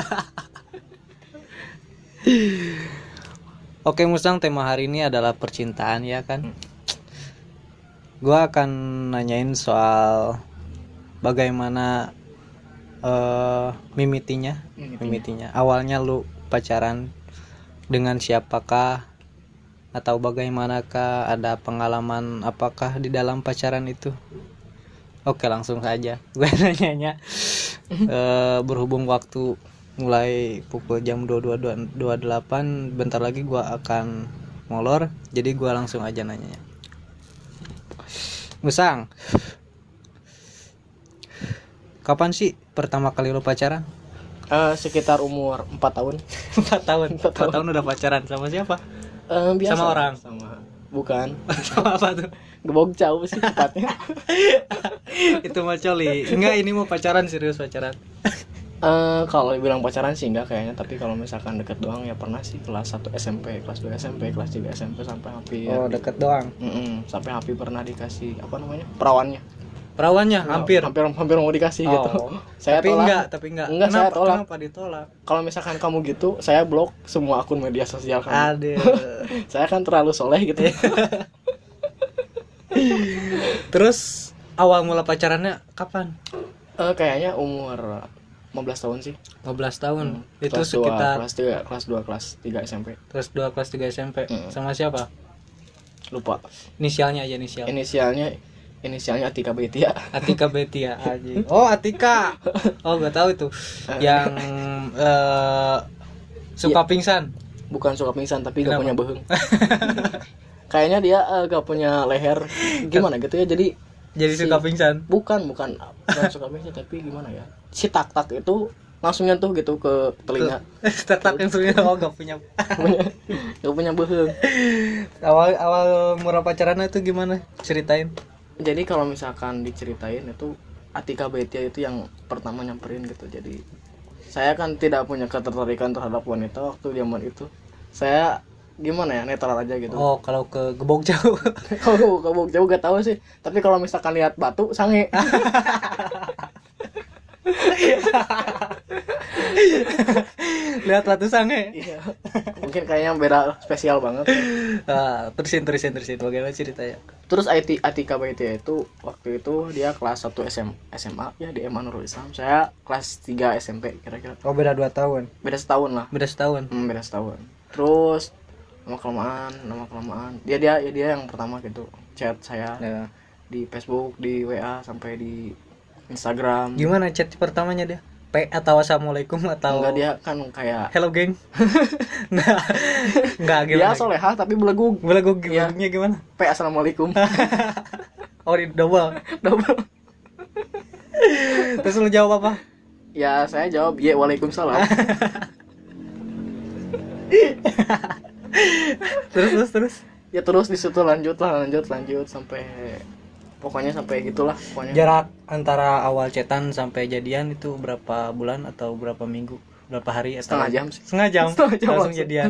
Oke Musang, tema hari ini adalah percintaan ya kan. Gua akan nanyain soal bagaimana uh, mimitinya, Mimitinya. mimitinya. Awalnya lu pacaran dengan siapakah? Atau bagaimanakah, ada pengalaman apakah di dalam pacaran itu? Oke langsung saja gue nanyanya. e, berhubung waktu mulai pukul jam dua puluh dua dua puluh delapan, bentar lagi gue akan molor, jadi gue langsung aja nanyanya. Musang, kapan sih pertama kali lo pacaran? Uh, sekitar umur empat tahun. Empat tahun. Empat tahun udah pacaran sama siapa? Uh, biasa. Sama orang? Sama bukan. Sama apa tuh? Gebog jauh sih tepatnya. Itu mah coli. Enggak, ini mau pacaran, serius pacaran. Uh, kalau dibilang pacaran sih enggak kayaknya, tapi kalau misalkan deket doang ya pernah sih, kelas satu S M P, kelas dua S M P, kelas tiga S M P sampai hampir. Oh, deket doang. Mm-mm, sampai hampir pernah dikasih apa namanya? Perawannya. Perawannya hampir. hampir hampir mau dikasih gitu. Oh. Saya tapi tolak. enggak, tapi enggak. Enggak, kenapa, saya tolak. Kenapa ditolak? Kalau misalkan kamu gitu, saya blok semua akun media sosial kamu. Aduh. Saya kan terlalu soleh gitu. Terus awal mula pacarannya kapan? Uh, kayaknya umur lima belas tahun sih. lima belas tahun. Hmm, Itu kelas sekitar dua, kelas tiga, kelas dua, kelas tiga S M P. kelas dua, kelas tiga S M P. Hmm. Sama siapa? Lupa. Inisialnya aja, inisial. Inisialnya inisialnya Atika Betia. Atika Betia aja. Oh, Atika. Oh, gak tahu itu. Yang uh, suka ya, pingsan. Bukan suka pingsan tapi Kenapa? gak punya beheng. Kayaknya dia uh, gak punya leher gimana gitu ya. Jadi jadi si, suka pingsan. Bukan, bukan bukan suka pingsan tapi gimana ya. Si tak-tak itu langsung nyentuh gitu ke telinga. Tak-tak yang punya oh gak punya. Gak punya beheng. Awal awal murah pacaran itu gimana? Ceritain. Jadi kalau misalkan diceritain itu Atika Betia itu yang pertama nyamperin gitu. Jadi saya kan tidak punya ketertarikan terhadap wanita waktu zaman itu. Saya gimana ya, netral aja gitu. Oh, kalau ke gebok jauh. Kalau ke gebok jauh gak tahu sih. Tapi kalau misalkan lihat batu sange. Lihat batu sange. Iya. Mungkin kayaknya beda spesial banget. Ah, terusin terusin terusin bagaimana ceritanya? Terus I T Atika Betia itu waktu itu dia kelas satu S M, S M A ya di M A Nurul Islam. Saya kelas tiga S M P kira-kira. Oh, beda dua tahun. Beda setahun lah. Beda setahun. Hmm, beda setahun. Terus lama kelamaan, lama kelamaan. Dia dia ya dia yang pertama gitu. Chat saya Ya. di Facebook, di W A sampai di Instagram. Gimana chat pertamanya dia? P atau assalamualaikum atau Enggak, dia kan kayak hello geng? Enggak. Enggak gimana? dia solehah tapi belegug. Belegug Iya. gimana gimana? P assalamualaikum. Oh, di double. Double. Terus lu jawab apa? Ya saya jawab ya waalaikumsalam. Terus terus terus. Ya terus di situ lanjut lah lanjut lanjut sampai pokoknya sampai gitulah pokoknya. Jarak antara awal chatan sampai jadian itu berapa bulan atau berapa minggu? Berapa hari atau Setengah jam sih. Setengah jam. Setengah jam langsung langsung. jadian.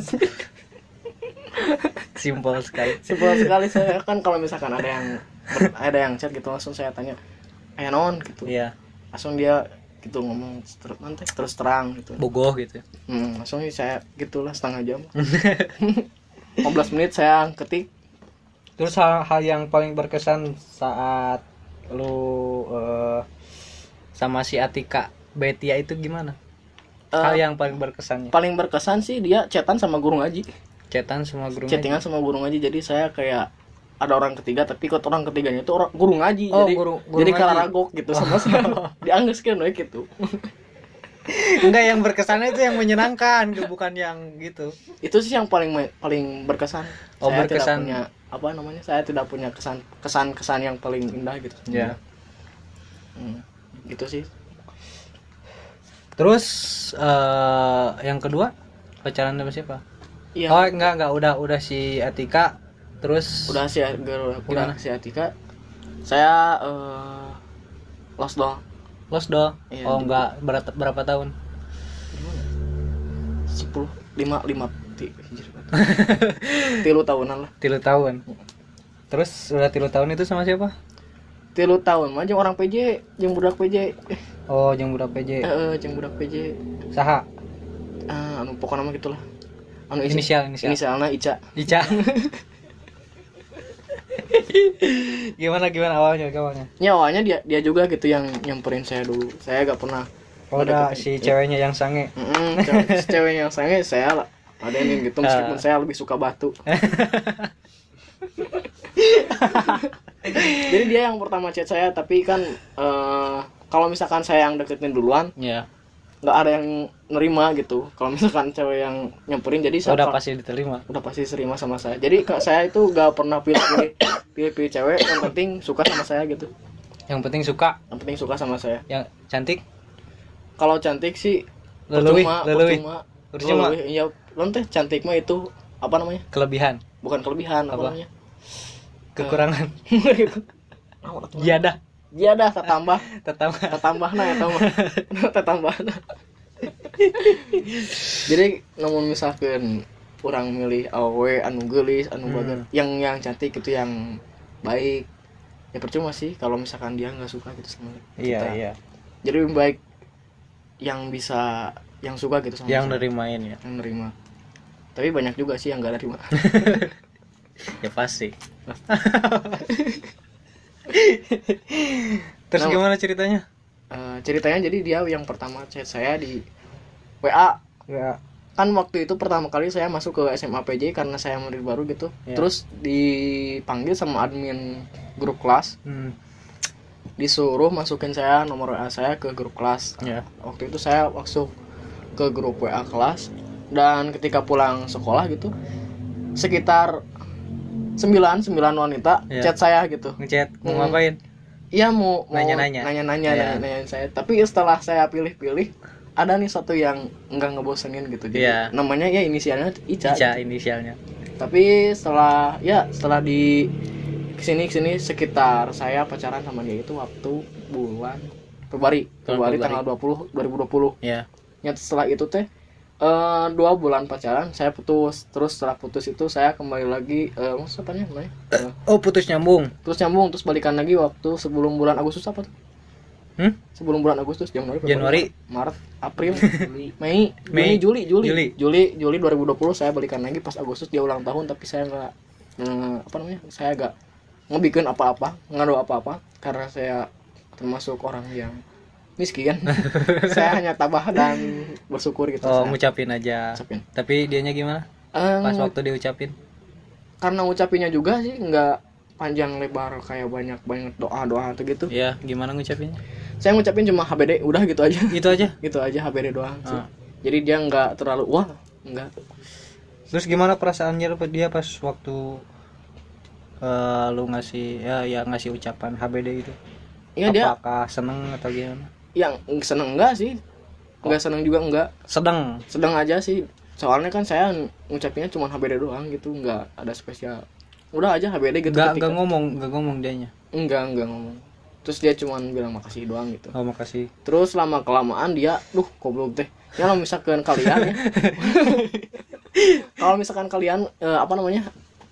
Simpel sekali. Simpel sekali. Saya kan kalau misalkan ada yang ber- ada yang chat gitu langsung saya tanya eh non gitu. Iya. Langsung dia gitu ngomong terus nanti terus terang gitu. Bogoh gitu. Hmm, langsung saya gitulah setengah jam. lima belas menit saya ketik. Terus hal-hal yang paling berkesan saat lu uh, sama si Atika Betia itu gimana? Uh, Hal yang paling berkesannya? Paling berkesan sih dia chatan sama guru ngaji. Chatan sama guru Chattingan ngaji. sama guru ngaji. Jadi saya kayak ada orang ketiga tapi kok orang ketiganya itu orang guru ngaji. Oh, jadi guru- guru jadi ngaji. kararagok gitu sama saya. Dianggap sekian gitu. Enggak, yang berkesannya itu yang menyenangkan, bukan yang gitu. Itu sih yang paling paling berkesan. Oh, saya berkesan. tidak punya apa namanya? Saya tidak punya kesan kesan kesan yang paling indah gitu. Ya. Hmm, gitu sih. Terus uh, yang kedua pacaran sama siapa? Iya. Oh, enggak enggak udah udah si Atika. Terus Udah si udah, Gimana? udah si Atika. Saya uh, lost doang. los do. Iya, Oh, di- enggak berapa berapa tahun? sepuluh lima lima ti, tilu tahunan lah. Tilu tahun. Terus udah tilu tahun itu sama siapa? Tilu tahun mah jeung orang P J, jeung budak P J. Oh, yang budak P J. Heeh, jeung budak P J. Saha? Ah, anu pokoknya mah gitulah. Anu isi- Inisial, inisial. Inisialna Ica. Ica. Gimana gimana awalnya awalnya? Ya awalnya dia dia juga gitu yang nyamperin saya dulu. Saya gak pernah. Oh, udah ngedeketin. si ceweknya yang sange. Mm-mm, cewek, si cewek yang sange saya lah ladenin gitu meskipun Ah. saya lebih suka batu. Jadi dia yang pertama chat saya tapi kan eh, kalau misalkan saya yang deketin duluan Iya. nggak ada yang nerima gitu. Kalau misalkan cewek yang nyamperin jadi saya Udah pasti diterima. udah pasti terima sama saya. Jadi kak saya itu gak pernah pilih-pilih pilih-pilih cewek, yang penting suka sama saya gitu. Yang penting suka, Yang penting suka sama saya. yang cantik, Kalau cantik sih leluwi, percuma, leluwi. percuma. Percuma. Leluwi, iya, non teh cantik mah itu apa namanya? Kelebihan, Bukan kelebihan, apa, Apa? namanya? kekurangan. Gitu. Iya dah, Iya dah, tetambah, tetap. tetambah nah ya tambah, tetambah. Jadi namun misalkan orang milih awe anu geulis, anu Hmm. bager, yang yang cantik itu yang baik. Ya percuma sih kalau misalkan dia nggak suka gitu sama Iya, kita. iya. Jadi lebih baik yang bisa yang suka gitu sama Yang saya. nerimain ya. Yang nerima. Tapi banyak juga sih yang nggak nerima. Ya pasti. Terus Nah, gimana ceritanya? Eh, ceritanya jadi dia yang pertama chat saya di W A. Ya. kan waktu itu pertama kali saya masuk ke S M A P J karena saya murid baru gitu. Yeah. Terus dipanggil sama admin grup kelas. Hmm. Disuruh masukin saya nomor W A saya ke grup kelas. Yeah. Waktu itu saya masuk ke grup W A kelas dan ketika pulang sekolah gitu sekitar sembilan sembilan wanita yeah. chat saya gitu. Ngechat mau hmm. ngapain? Iya mau nanya-nanya. Nanya-nanya yeah. nanya-nanya saya. Tapi setelah saya pilih-pilih ada nih satu yang enggak ngebosenin gitu. Jadi yeah. namanya ya inisialnya Ica. Ica inisialnya. Tapi setelah ya setelah di kesini kesini sekitar saya pacaran sama dia itu waktu bulan Februari, Februari tanggal dua puluh dua ribu dua puluh. Iya. Yeah. Ya setelah itu teh uh, dua bulan pacaran saya putus. Terus setelah putus itu saya kembali lagi uh, maksudnya apa uh, oh putus nyambung. Terus nyambung terus balikan lagi waktu sebelum bulan Agustus apa tuh? Hmm? Sebelum bulan Agustus, Januari, Januari, Maret, April, Mei, Mei, Juli, Juli, Juli, Juli, Juli dua ribu dua puluh saya balikan lagi pas Agustus dia ulang tahun tapi saya nggak eh, apa namanya saya nggak ngebikin apa-apa, ngadu apa-apa karena saya termasuk orang yang miskin. Saya hanya tabah dan bersyukur gitu. Oh, saya. ngucapin aja. Ngucapin. Tapi dianya gimana? Um, pas waktu diucapin? Karena ngucapinnya juga sih nggak panjang lebar kayak banyak banyak doa doa atau gitu. Iya, gimana ngucapinnya? Saya ngucapin cuma H B D, udah gitu aja. Gitu aja. Gitu aja H B D doang sih. Ah. Jadi dia nggak terlalu wah, enggak. Terus gimana perasaannya dia pas waktu uh, lu ngasih ya ya ngasih ucapan H B D itu? Iya, apakah dia seneng atau gimana? Yang seneng enggak sih? Enggak seneng juga enggak. Sedang. Sedang aja sih. Soalnya kan saya ngucapinnya cuma H B D doang gitu, enggak ada spesial. Udah aja H B D gitu. Enggak enggak ngomong, enggak ngomong dianya. Enggak, enggak ngomong. Terus dia cuma bilang makasih doang gitu. Oh, makasih. Terus lama kelamaan dia, duh goblok teh. Ya kalau misalkan kalian ya. Kalau misalkan kalian eh, apa namanya?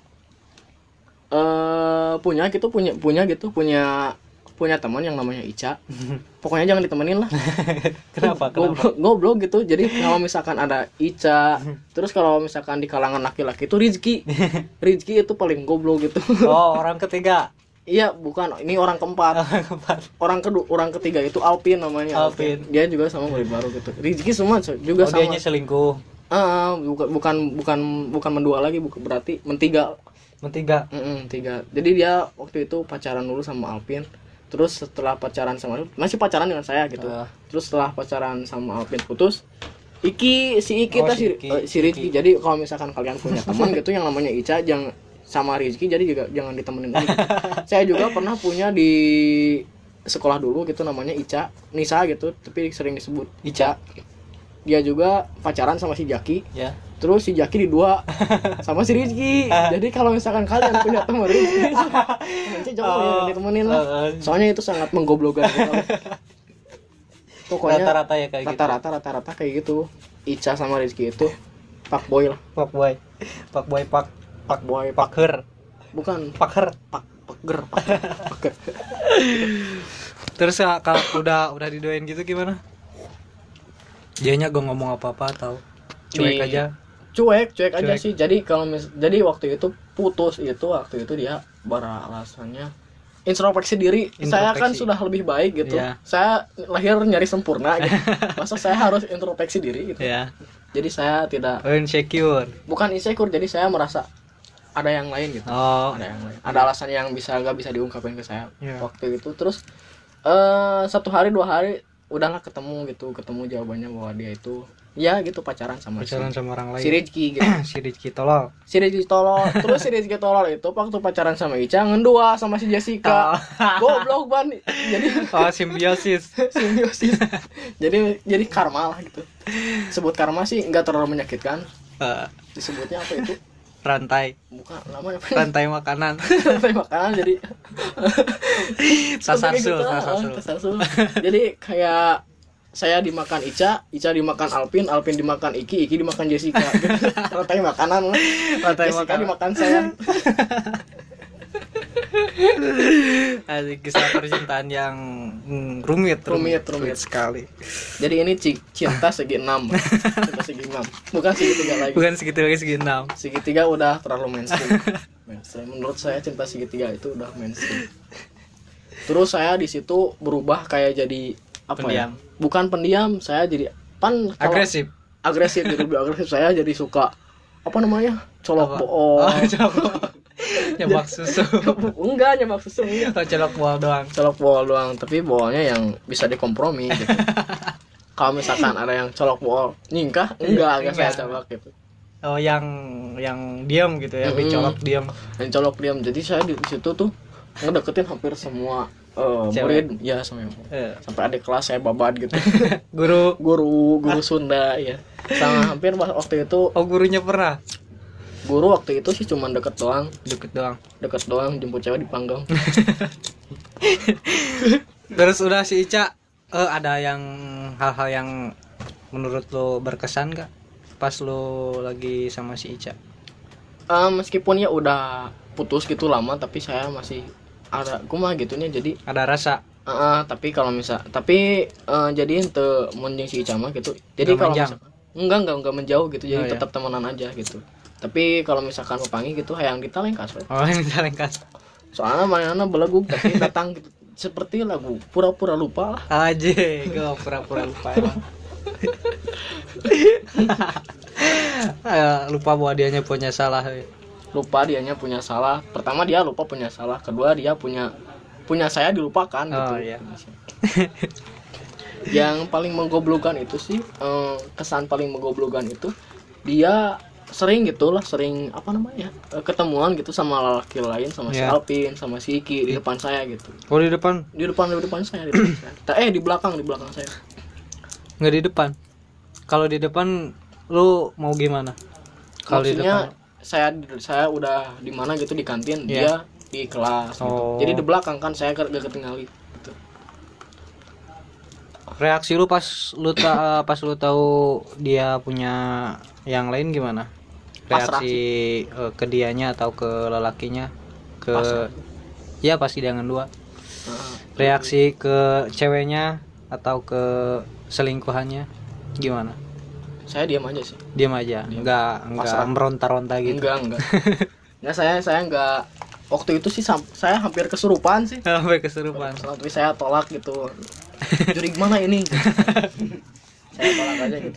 Eh punya gitu punya punya gitu, punya punya teman yang namanya Ica. Pokoknya jangan ditemenin lah. Kenapa? Goblok, goblok gitu. Jadi kalau misalkan ada Ica, terus kalau misalkan di kalangan laki-laki itu Rizky. Rizky itu paling goblok gitu. Oh, orang ketiga. Iya, bukan. Ini orang keempat. Orang kedua, orang ketiga itu Alpin namanya. Alpin. Dia juga sama murid baru gitu. Rizky semua juga oh, sama. Dianya selingkuh. Ah, uh, bukan bukan bukan bukan mendua lagi, bukan berarti mentiga. Mentiga. Heeh, tiga. Jadi dia waktu itu pacaran dulu sama Alpin. Terus setelah pacaran sama masih pacaran dengan saya gitu. Uh. Terus setelah pacaran sama Alpin putus, Iki si Iki oh, ta si, uh, si Rizky. Jadi kalau misalkan kalian punya teman gitu yang namanya Ica jangan sama Rizky, jadi juga jangan ditemenin lagi. Gitu. Saya juga pernah punya di sekolah dulu gitu namanya Ica, Nisa gitu, tapi sering disebut Ica. Dia juga pacaran sama si Jaki. Ya. Terus si Jaki di dua sama si Rizky. Jadi kalau misalkan kalian punya teman Rizky, nanti jangan oh, ditemenin lah. Soalnya itu sangat menggoblokkan gitu. Pokoknya rata-rata ya kayak rata-rata gitu. Rata-rata kayak gitu. Ica sama Rizky itu pak boy lah. Pak boy. Pak boy pak pak boy paker. Bukan paker, pak pager. Paker. Terus kalau udah udah didoain gitu gimana? Dianya gak ngomong apa-apa atau cuek Di... aja? Cuek, cuek, cuek aja sih. Jadi kalau mis- jadi waktu itu putus itu waktu itu dia beralasannya introspeksi diri. Introspeksi. Saya kan sudah lebih baik gitu. Yeah. Saya lahir nyari sempurna gitu. Masa saya harus introspeksi diri gitu. Yeah. Jadi saya tidak insecure. Bukan insecure, jadi saya merasa ada yang lain gitu. Oh. Ada yang lain. Ada alasan yang bisa enggak bisa diungkapin ke saya yeah. waktu itu. Terus uh, satu hari dua hari udahlah ketemu gitu, ketemu jawabannya bahwa dia itu ya gitu pacaran sama pacaran si, sama orang lain. Si Rizky gitu. si Rizky tolol. Si Rizky tolol. Terus si Rizky tolol itu waktu pacaran sama Ica ngendua sama si Jessica. Goblok ban. Jadi oh, simbiosis. Simbiosis. jadi jadi karma lah gitu. Sebut karma sih enggak terlalu menyakitkan. Uh. Disebutnya apa itu? Rantai. Bukan namanya apa? Rantai makanan. Rantai makanan jadi sasasul, gitu, sasasul. sasasul. Jadi kayak saya dimakan Ica, Ica dimakan Alpin, Alpin dimakan Iki, Iki dimakan Jessica. Rantai makanan lah. Rantai Jessica makanan. dimakan saya. Asik, kisah percintaan yang mm, rumit, rumit, rumit, rumit sekali. Jadi ini c- cinta segi enam, cinta segi enam, bukan segitiga lagi. Bukan segitiga lagi, segi enam. Segitiga udah terlalu mainstream. mainstream. Menurut saya cinta segitiga itu udah mainstream. Terus saya di situ berubah kayak jadi apa pendiam. Ya? Bukan pendiam, saya jadi pan agresif. agresif gitu, lebih agresif. Saya jadi suka apa namanya colok bool. Oh, colok nyebak susu. Enggak nyebak susu, enggak. Oh, colok bool doang. Colok bool doang, tapi bolnya yang bisa dikompromi gitu. Kalau misalkan ada yang colok bool nyingkah, enggak, enggak saya colok gitu. Oh, yang yang diam gitu ya, Mm-hmm. colok diam. Yang colok diam. Jadi saya di situ tuh ngedeketin hampir semua uh, murid, ya sampai Eh. sampai adik kelas saya babat gitu. Guru Guru guru Sunda ya. Sama hampir waktu itu oh gurunya pernah guru waktu itu sih cuma deket doang, deket doang. deket doang jemput cewek di panggang. Terus udah si Ica eh, ada yang hal-hal yang menurut lo berkesan gak pas lo lagi sama si Ica? Uh, meskipun ya udah putus gitu lama, tapi saya masih ada kumaha gitunya, jadi Ada rasa? uh, uh, tapi kalau misal tapi uh, jadi ente menjeng si Ica mah gitu. Jadi Nggak kalau menjang? misalkan enggak enggak enggak menjauh gitu, jadi Oh, iya. tetap temenan aja gitu. Tapi kalau misalkan pepangi gitu hayang ditalengkas we. Oh, yang talengkas. Soalnya mainannya belagu tapi datang gitu. Seperti lagu pura-pura lupa lah. Aja, gue pura-pura lupa emang. Ah, lupa bahwa dianya punya salah. Lupa dianya punya salah. Pertama dia lupa punya salah, kedua dia punya punya saya dilupakan gitu. Oh iya. Yang paling menggoblokan itu sih eh, kesan paling menggoblokan itu dia sering gitulah, sering apa namanya eh, ketemuan gitu sama lelaki lain, sama si Yeah. Alvin, sama si Iki di depan saya gitu. Oh, di depan? Di depan di depan saya, di depan saya. Ta- eh di belakang di belakang saya. Nggak di depan. Kalau di depan lu mau gimana? Kalau di Maksudnya depan saya saya udah di mana gitu di kantin, Yeah. dia di kelas gitu. Oh. Jadi di belakang kan saya gak ketinggalan gitu. reaksi lu pas lu ta pas lu tahu dia punya yang lain gimana? Pasrah Reaksi eh, ke dianya atau ke lelakinya? Ke Pasrah. ya pasti dengan dua. Heeh. Reaksi ke ceweknya atau ke selingkuhannya gimana? Saya diam aja sih. Diam aja, enggak enggak Pasrah. meronta-ronta gitu. Enggak, enggak. Enggak, saya saya enggak waktu itu sih sam- saya hampir kesurupan sih. Sampai kesurupan. Tapi saya tolak gitu. Jadi gimana ini? Saya tolak aja gitu.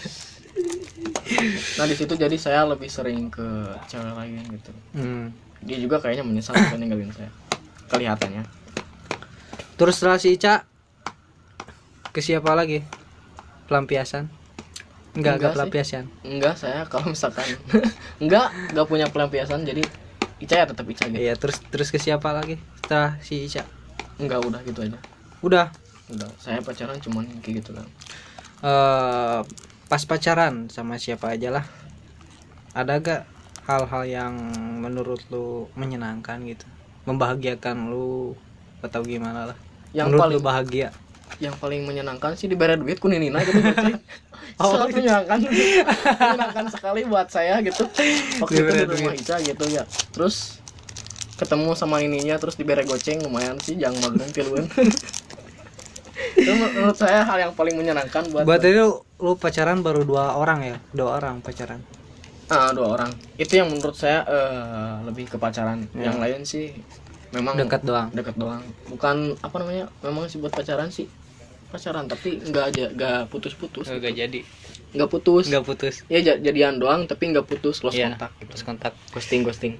Nah, di situ jadi saya lebih sering ke cewek lain gitu. Hmm. Dia juga kayaknya menyesal udah ninggalin saya. Kelihatannya. Terus setelah si Ica ke siapa lagi? Pelampiasan? Enggak, enggak Enggak sih. pelampiasan. Enggak, saya kalau misalkan enggak, enggak punya pelampiasan, jadi Ica ya tetap Ica gitu. Iya, terus terus ke siapa lagi setelah si Ica? Enggak, udah gitu aja. Udah. Udah, saya pacaran cuman kayak gitu kan. eh pas pacaran sama siapa aja lah, ada gak hal-hal yang menurut lu menyenangkan gitu, membahagiakan lu atau gimana lah? Yang menurut paling lu bahagia? yang paling menyenangkan sih diberi duit ku Nina gitu berarti. Oh, Sangat menyenangkan. Menyenangkan sekali buat saya gitu. Waktu itu Diberi di rumah duit. Ica gitu ya. Terus ketemu sama ininya, terus diberi goceng lumayan sih, jangan magang tiluan. Itu menurut saya hal yang paling menyenangkan buat Buat itu lu pacaran baru dua orang ya? Dua orang pacaran. ah, dua orang. Itu yang menurut saya eh, lebih ke pacaran. Ya. Yang lain sih memang Dekat doang. dekat doang. Bukan apa namanya? Memang sih buat pacaran sih. Pacaran tapi enggak aja enggak putus-putus. Enggak jadi. Enggak putus. Enggak putus. Ya ja- jadian doang tapi enggak putus, lost Iya, kontak gitu. terus kontak. Ghosting ghosting.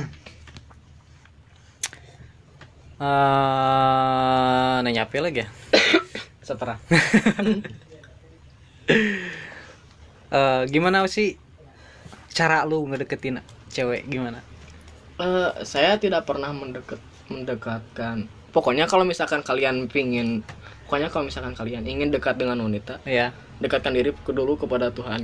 Eh, nanya apa lagi ya? Setelah. Eh, gimana sih cara lu ngedeketin cewek gimana? Eh, saya tidak pernah mendekat mendekatkan. Pokoknya kalau misalkan kalian pingin pokoknya kalau misalkan kalian ingin dekat dengan wanita, Iya. dekatkan diri ke- dulu kepada Tuhan.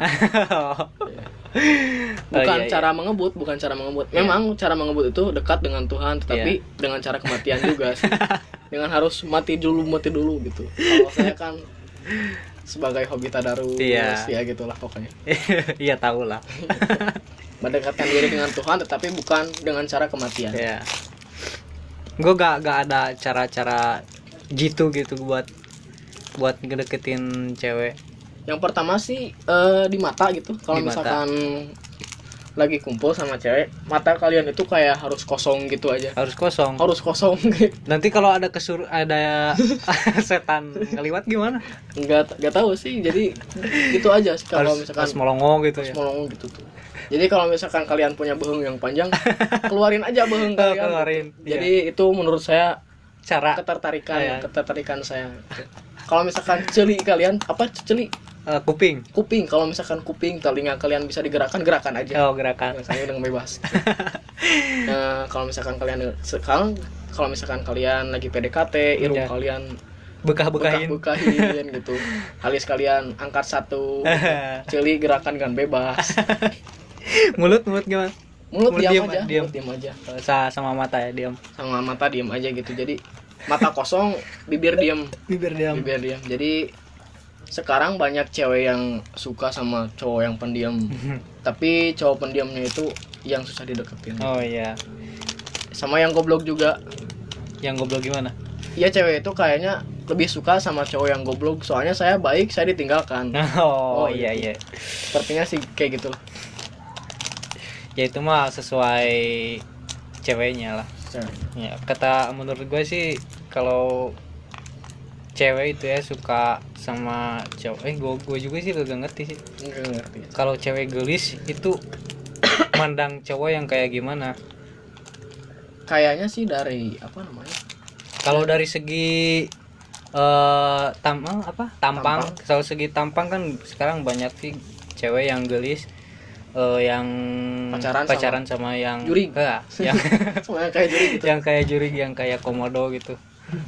Oh, Bukan iya, iya. cara mengebut, bukan cara mengebut. Iya. Memang cara mengebut itu dekat dengan Tuhan, tetapi dengan cara kematian juga sih. Dengan harus mati dulu, mati dulu gitu. Kalau saya kan sebagai hobi tadarus, Iya. ya gitulah pokoknya. Iya tahu lah. Mendekatkan diri dengan Tuhan, tetapi bukan dengan cara kematian. Iya. Gue gak gak ada cara-cara gitu gitu buat buat ngedeketin cewek. Yang pertama sih eh, di mata gitu. Kalau Di mata. misalkan lagi kumpul sama cewek, mata kalian itu kayak harus kosong gitu aja. Harus kosong. Harus kosong. Nanti kalau ada kesur ada setan ngeliwat gimana? Enggak enggak tahu sih. Jadi gitu aja kalau misalkan harus melongo gitu ya. Melongo gitu tuh. Jadi kalau misalkan kalian punya beheng yang panjang, keluarin aja beheng kalian. Keluarin. Jadi iya. Itu menurut saya cara ketertarikan, ya. ketertarikan saya. Kalau misalkan celi kalian, apa celi? Uh, kuping. Kuping, kalau misalkan kuping, telinga kalian bisa digerakkan, gerakan aja. Oh, gerakan. Saya udah bebas. Nah, kalau misalkan kalian sekarang, kalau misalkan kalian lagi P D K T, irung ya. Kalian bekah-bekahin, bekah-bekahin gitu. Alis kalian angkat satu, celi gerakan dengan bebas. mulut, mulut gimana? Mulut, mulut diam, diam aja, diam. Mulut diam aja. Sa sama mata ya diam. Sama mata diam aja gitu. Jadi mata kosong, bibir diam. Bibir diam. Bibir diam. Jadi sekarang banyak cewek yang suka sama cowok yang pendiam. Tapi cowok pendiamnya itu yang susah dideketin. Oh iya. Sama yang goblok juga. Yang goblok gimana? Iya, cewek itu kayaknya lebih suka sama cowok yang goblok. Soalnya saya baik, saya ditinggalkan. Oh, oh iya gitu. Iya. Sepertinya sih kayak gitu lah. Ya itu mah sesuai ceweknya lah. Ya, kata menurut gue sih kalau cewek itu ya suka sama cowok, eh gue gue juga sih gak ngerti sih. Nggak ngerti. Kalau cewek gelis itu mandang cowok yang kayak gimana? Kayaknya sih dari apa namanya? Kalau dari segi uh, tam apa tampang, kalau segi tampang kan sekarang banyak sih cewek yang gelis. Uh, yang pacaran, pacaran sama, sama yang juri, enggak, yang kayak juri gitu. yang kayak juri, yang kayak komodo gitu.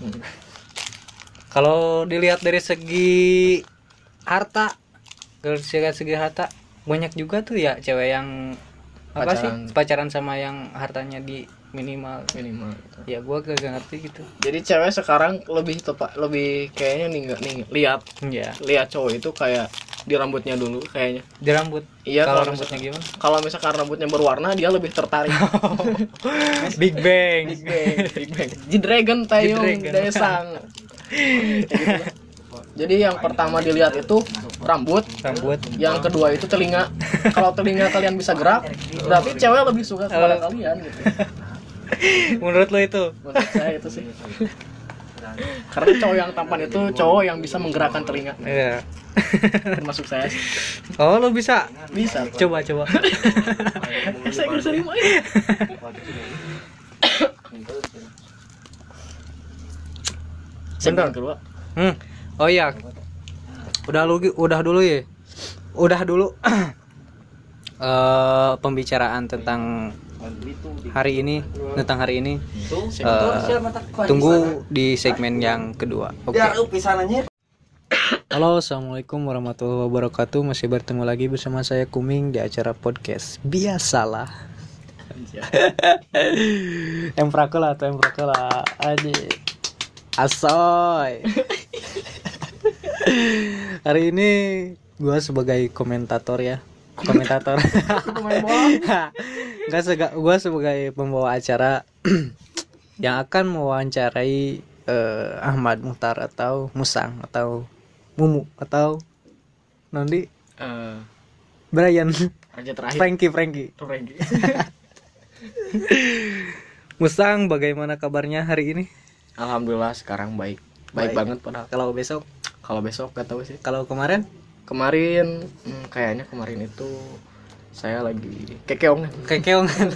Kalau dilihat dari segi harta, dari segi, segi harta banyak juga tuh ya cewek yang apa pacaran. sih pacaran sama yang hartanya di minimal minimal. Gitu. Ya gue gak ngerti gitu. Jadi cewek sekarang lebih tepat, lebih kayaknya nih nggak nih lihat, ya. Lihat cowok itu kayak di rambutnya dulu kayaknya. Di rambut. Iya, kalau rambutnya gimana? Kalau misalkan rambutnya berwarna dia lebih tertarik. Big Bang. Big Bang. Big Bang. G-Dragon Taeyong Daesang. Gitu. Jadi yang pertama dilihat itu rambut, rambut. Yang kedua itu telinga. Kalau telinga kalian bisa gerak, berarti cewek lebih suka kepada uh. kalian gitu. Menurut lo itu? Menurut saya itu sih. Karena cowok yang tampan itu cowok yang bisa menggerakkan telinga. Iya. Termasuk saya sih. Oh, lo bisa? Bisa. Coba, coba. Saya nggak sering main. Segmen kedua. Hmm. Oh iya. Udah lu udah dulu ya. Udah dulu uh, pembicaraan tentang hari ini, tentang hari ini. Uh, tunggu di segmen yang kedua. Oke. Okay. Halo, assalamualaikum warahmatullahi wabarakatuh. Masih bertemu lagi bersama saya Kuming di acara podcast Biasalah. Emprakola atau emprakola aja. Asoy. Hari ini gue sebagai komentator ya, komentator. Gak sega, gue sebagai pembawa acara yang akan mewawancarai uh, Ahmad Muhtar atau Musang atau Mumu atau Nondi, uh, Brian, Frankie, Frankie, Frankie. Musang, bagaimana kabarnya hari ini? Alhamdulillah sekarang baik, baik, baik banget padahal. Kalau besok, kalau besok gak tahu sih. Kalau kemarin, kemarin hmm, kayaknya kemarin itu saya lagi kekeongan, kekeongan.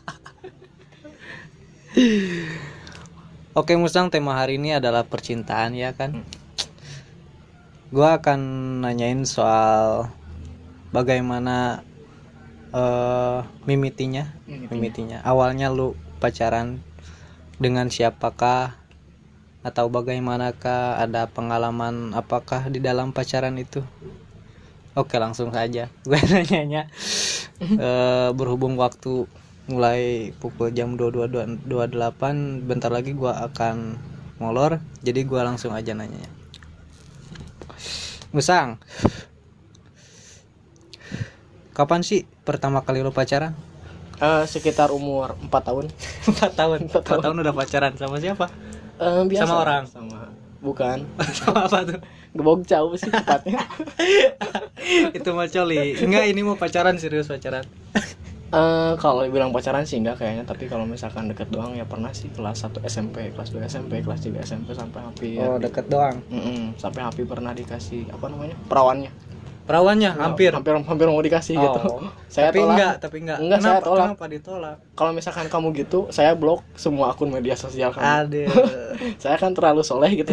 Oke Musang, tema hari ini adalah percintaan ya kan? Hmm. Gua akan nanyain soal bagaimana uh, mimitinya, mimitinya, mimitinya. Awalnya lu pacaran dengan siapakah? Atau bagaimanakah, ada pengalaman apakah di dalam pacaran itu? Oke, langsung saja gue nanyanya. e, berhubung waktu mulai pukul jam dua puluh dua dua puluh delapan, bentar lagi gue akan molor, jadi gue langsung aja nanyanya. Musang, kapan sih pertama kali lo pacaran? Uh, sekitar umur empat tahun. empat tahun. empat tahun udah pacaran sama siapa? Uh, biasa. Sama orang? Sama. Bukan. Sama apa tuh? Gebog jauh sih tepatnya. Itu mah coli. Enggak, ini mau pacaran, serius pacaran. Uh, kalau dibilang pacaran sih enggak kayaknya, tapi kalau misalkan deket doang ya pernah sih, kelas satu S M P, kelas dua S M P, kelas tiga S M P sampai hampir. Oh, deket doang. Mm-mm, sampai hampir pernah dikasih apa namanya? Perawannya. Perawannya hampir hampir hampir mau dikasih oh. gitu. Saya tapi tolak. enggak, tapi enggak. Enggak, kenapa, saya tolak. Kenapa ditolak? Kalau misalkan kamu gitu, saya blok semua akun media sosial kamu. Aduh. Saya kan terlalu soleh gitu.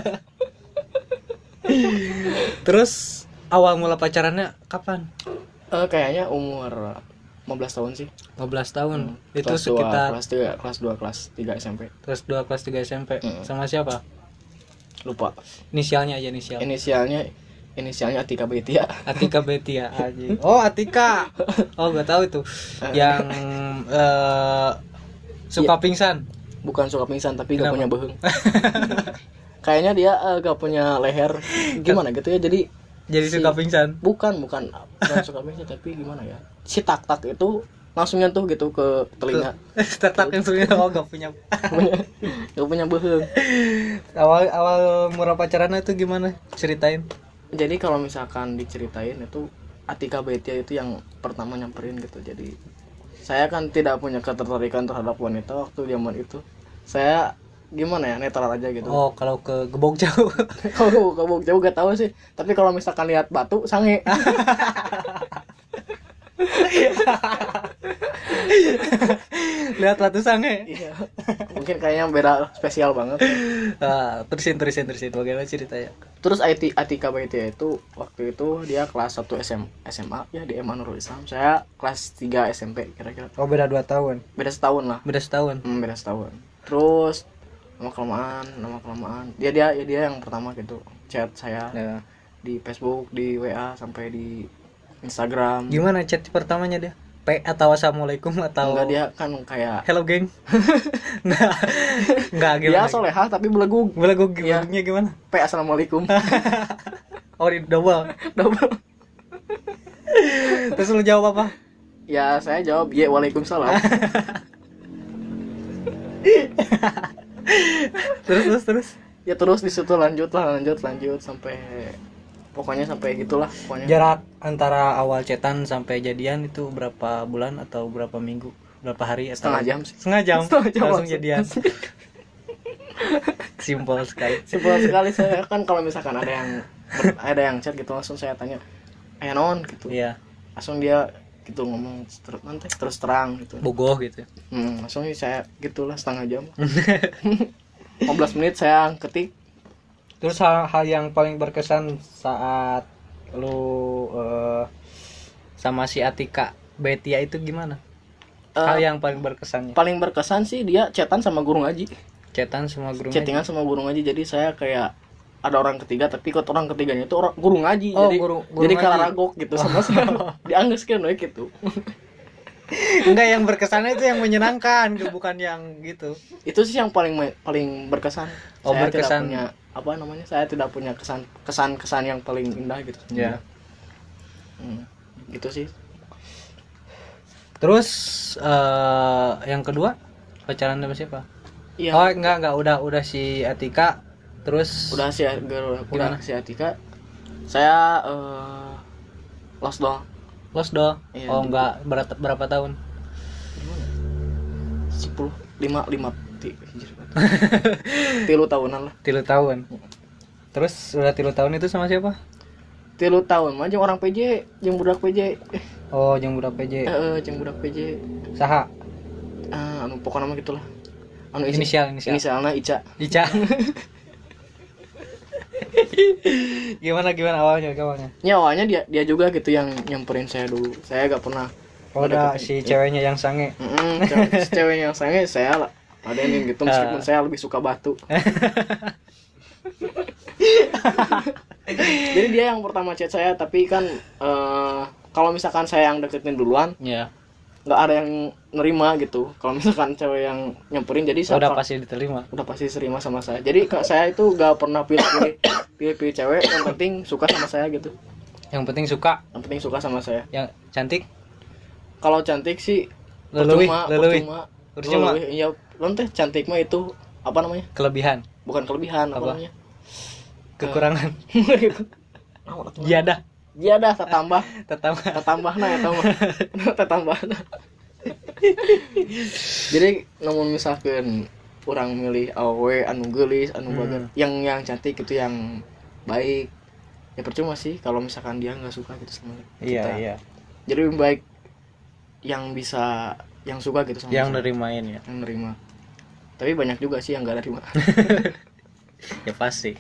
Terus awal mula pacarannya kapan? Uh, kayaknya umur lima belas tahun sih. lima belas tahun. Hmm. Itu kelas sekitar dua, kelas tiga, kelas dua, kelas tiga S M P. Kelas dua, kelas tiga S M P. Hmm. Sama siapa? Lupa. Inisialnya aja inisial. Inisialnya inisialnya Atika Betia. Atika Betia aja. Oh, Atika. Oh, gak tahu itu. Yang uh, suka ya, pingsan. Bukan suka pingsan tapi Kenapa? gak punya beheng. Kayaknya dia uh, gak punya leher. Gimana gitu ya. Jadi Jadi si, suka pingsan. Bukan, bukan bukan suka pingsan tapi gimana ya. Si tak-tak itu langsung nyentuh gitu ke telinga. Tak-tak yang sunya oh gak punya. Gak punya beheng. Awal awal murah pacarannya itu gimana? Ceritain. Jadi kalau misalkan diceritain itu Atika Betia itu yang pertama nyamperin gitu. Jadi saya kan tidak punya ketertarikan terhadap wanita waktu zaman itu. Saya gimana ya, netral aja gitu. Oh, kalau ke gebok jauh. Kalau gebok jauh gak tahu sih. Tapi kalau misalkan lihat batu sange. Lihat batu sange. Iya. Mungkin kayaknya beda spesial banget. Ah, terusin terusin terusin bagaimana ceritanya? Terus Atika Betia itu waktu itu dia kelas satu S M, S M A ya di M A Nurul Islam. Saya kelas tiga S M P kira-kira. Oh, beda dua tahun. Beda setahun lah. Beda setahun. Hmm, beda setahun. Terus nama kelamaan, nama kelamaan. Dia dia ya dia yang pertama gitu. Chat saya Ya. di Facebook, di W A sampai di Instagram. Gimana chat pertamanya dia? P atau assalamualaikum atau Enggak, dia kan kayak hello geng. Enggak. Enggak gimana? dia solehah tapi belegug. Belegug Iya. gimana gimana? P assalamualaikum. Oh, di double. Double. Terus lu jawab apa? Ya saya jawab ya waalaikumsalam. Terus terus terus. Ya terus di situ lanjut lah lanjut lanjut sampai pokoknya sampai gitulah pokoknya. Jarak antara awal chatan sampai jadian itu berapa bulan atau berapa minggu? Berapa hari atau Setengah jam sih. Setengah jam. Setengah jam langsung langsung. jadian. Simpel sekali. Simpel sekali. Saya kan kalau misalkan ada yang ber- ada yang chat gitu langsung saya tanya, "Eh non?" gitu. Iya. Langsung dia gitu ngomong terus nanti terus terang gitu. Bogoh gitu. Hmm, langsung saya gitulah setengah jam. lima belas menit saya ketik. Terus hal-hal yang paling berkesan saat lu uh, sama si Atika Betia itu gimana? Uh, Hal yang paling berkesannya? Paling berkesan sih dia chatan sama guru ngaji. Chatan sama guru Chattingan ngaji. sama guru ngaji. Jadi saya kayak ada orang ketiga tapi kok orang ketiganya itu orang guru ngaji. Oh, jadi guru- guru jadi ngaji. kalaragok gitu sama saya. Dianggap kan gitu. Enggak, yang berkesannya itu yang menyenangkan, bukan yang gitu. Itu sih yang paling paling berkesan. Oh, saya berkesan. tidak punya apa namanya? Saya tidak punya kesan kesan-kesan yang paling indah gitu. Ya. Hmm, gitu sih. Terus uh, yang kedua pacaran sama siapa? Iya. Oh, enggak enggak udah udah si Atika. Terus Udah sih udah, Gimana? udah si Atika. Saya uh, lost doang. Los do. Iya, Oh, di- enggak berapa berapa tahun? sepuluh lima lima ti, tilu tahunan lah. Tilu tahun. Terus udah tilu tahun itu sama siapa? Tilu tahun mah jeung orang P J, jeung budak P J. Oh, yang budak P J. Heeh, jeung budak P J. Saha? Ah, anu pokoknya mah gitulah. Anu isi- Inisial, inisial. Inisialna Ica. Ica. Gimana gimana awalnya awalnya? Nyawanya dia dia juga gitu yang nyamperin saya dulu. Saya gak pernah. Oh, udah deketin. si ceweknya yang sange. Mm-mm, cewek, si ceweknya yang sange saya lah. Adenin gitu meskipun Ah. saya lebih suka batu. Jadi dia yang pertama chat saya tapi kan eh, kalau misalkan saya yang deketin duluan Iya. nggak ada yang nerima gitu. Kalau misalkan cewek yang nyamperin jadi saya Udah pasti diterima. udah pasti terima sama saya. Jadi kak saya itu gak pernah pilih-pilih pilih-pilih cewek, yang penting suka sama saya gitu. Yang penting suka, Yang penting suka sama saya. yang cantik, Kalau cantik sih leluwi, percuma, leluwi. percuma. Percuma. Leluwi, iya, non teh cantik mah itu apa namanya? Kelebihan, Bukan kelebihan, apa, Apa? namanya? kekurangan. Gitu. Jadah. Dia dah tetambah, Tetambah. tetambahna ya tambah. Tetambahna. Jadi namun misalkan orang milih awe anu geulis, anu bagus, Hmm. yang yang cantik itu yang baik. Ya percuma sih kalau misalkan dia nggak suka gitu sama kita. Iya, iya. Jadi lebih baik yang bisa yang suka gitu sama Yang saya. nerimain ya. Yang nerima. Tapi banyak juga sih yang nggak nerima. Ya pasti.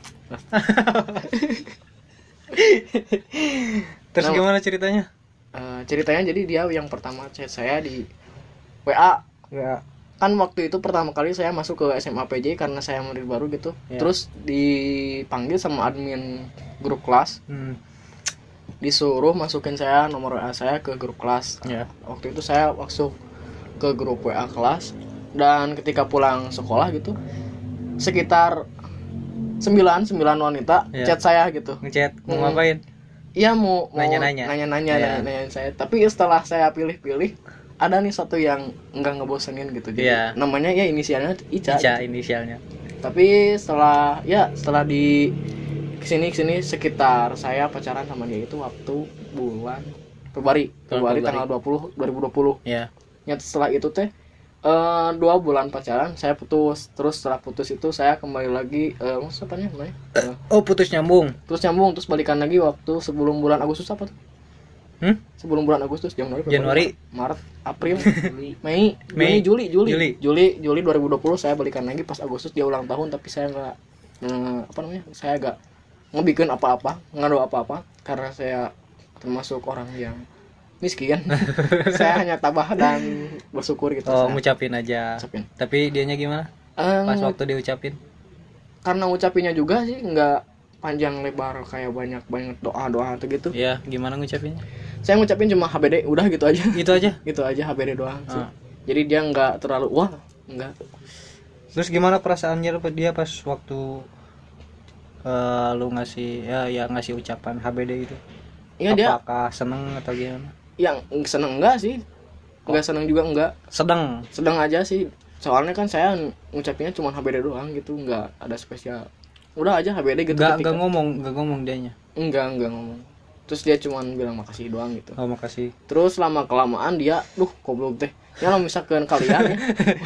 Terus Nah, gimana ceritanya? Eh, ceritanya jadi dia yang pertama chat saya di W A. Ya. Kan waktu itu pertama kali saya masuk ke S M A P J karena saya murid baru gitu. Ya. Terus dipanggil sama admin grup kelas, Hmm. disuruh masukin saya nomor W A saya ke grup kelas. Ya. Waktu itu saya masuk ke grup W A kelas dan ketika pulang sekolah gitu sekitar sembilan sembilan wanita Ya. chat saya gitu. Ngechat mau Hmm. ngapain? Iya mau mau Nanya-nanya. nanya-nanya Ya. nanya-nanya saya. Tapi setelah saya pilih-pilih ada nih satu yang enggak ngebosenin gitu. Jadi Ya. namanya ya inisialnya Ica. Ica inisialnya. Tapi setelah ya setelah di kesini kesini sekitar saya pacaran sama dia itu waktu bulan Februari Februari Februari. tanggal dua puluh dua ribu dua puluh. Ya. Ya setelah itu teh eh, dua bulan pacaran saya putus. Terus setelah putus itu saya kembali lagi eh maksud apanya namanya? Eh, Oh, putus nyambung. terus nyambung terus balikan lagi waktu sebelum bulan Agustus apa tuh? Hmm? Sebelum bulan Agustus, Januari, Januari. Maret, April, Mei, Mei. Juni, Juli, Juli, Juli. Juli, Juli dua ribu dua puluh saya balikan lagi pas Agustus dia ulang tahun tapi saya nggak eh, apa namanya? Saya nggak ngebikin apa-apa, ngadu apa-apa karena saya termasuk orang yang miskin. Saya hanya tabah dan bersyukur gitu. Oh, saya. ngucapin aja. Ngucapin. Tapi dianya gimana? Eh, Pas waktu diucapin. karena ngucapinnya juga sih nggak panjang lebar kayak banyak banget doa-doa atau gitu. Ya, gimana ngucapinnya? Saya ngucapin cuma H B D, udah gitu aja. Itu aja. Gitu aja H B D doang sih. Ah. Jadi dia nggak terlalu wah, nggak. Terus gimana perasaannya dia pas waktu eh, lu ngasih ya ya ngasih ucapan H B D itu? Iya dia Apakah seneng atau gimana? yang seneng enggak sih, nggak seneng juga enggak, Sedang. sedang aja sih. Soalnya kan saya ngucapinnya cuma H B D doang gitu, nggak ada spesial. Udah aja H B D gitu. Enggak ketika- enggak ngomong, enggak ngomong dianya. Enggak, enggak ngomong. Terus dia cuma bilang makasih doang gitu. Oh, makasih. Terus lama kelamaan dia, duh goblok teh. Ya kalau misalkan kalian ya.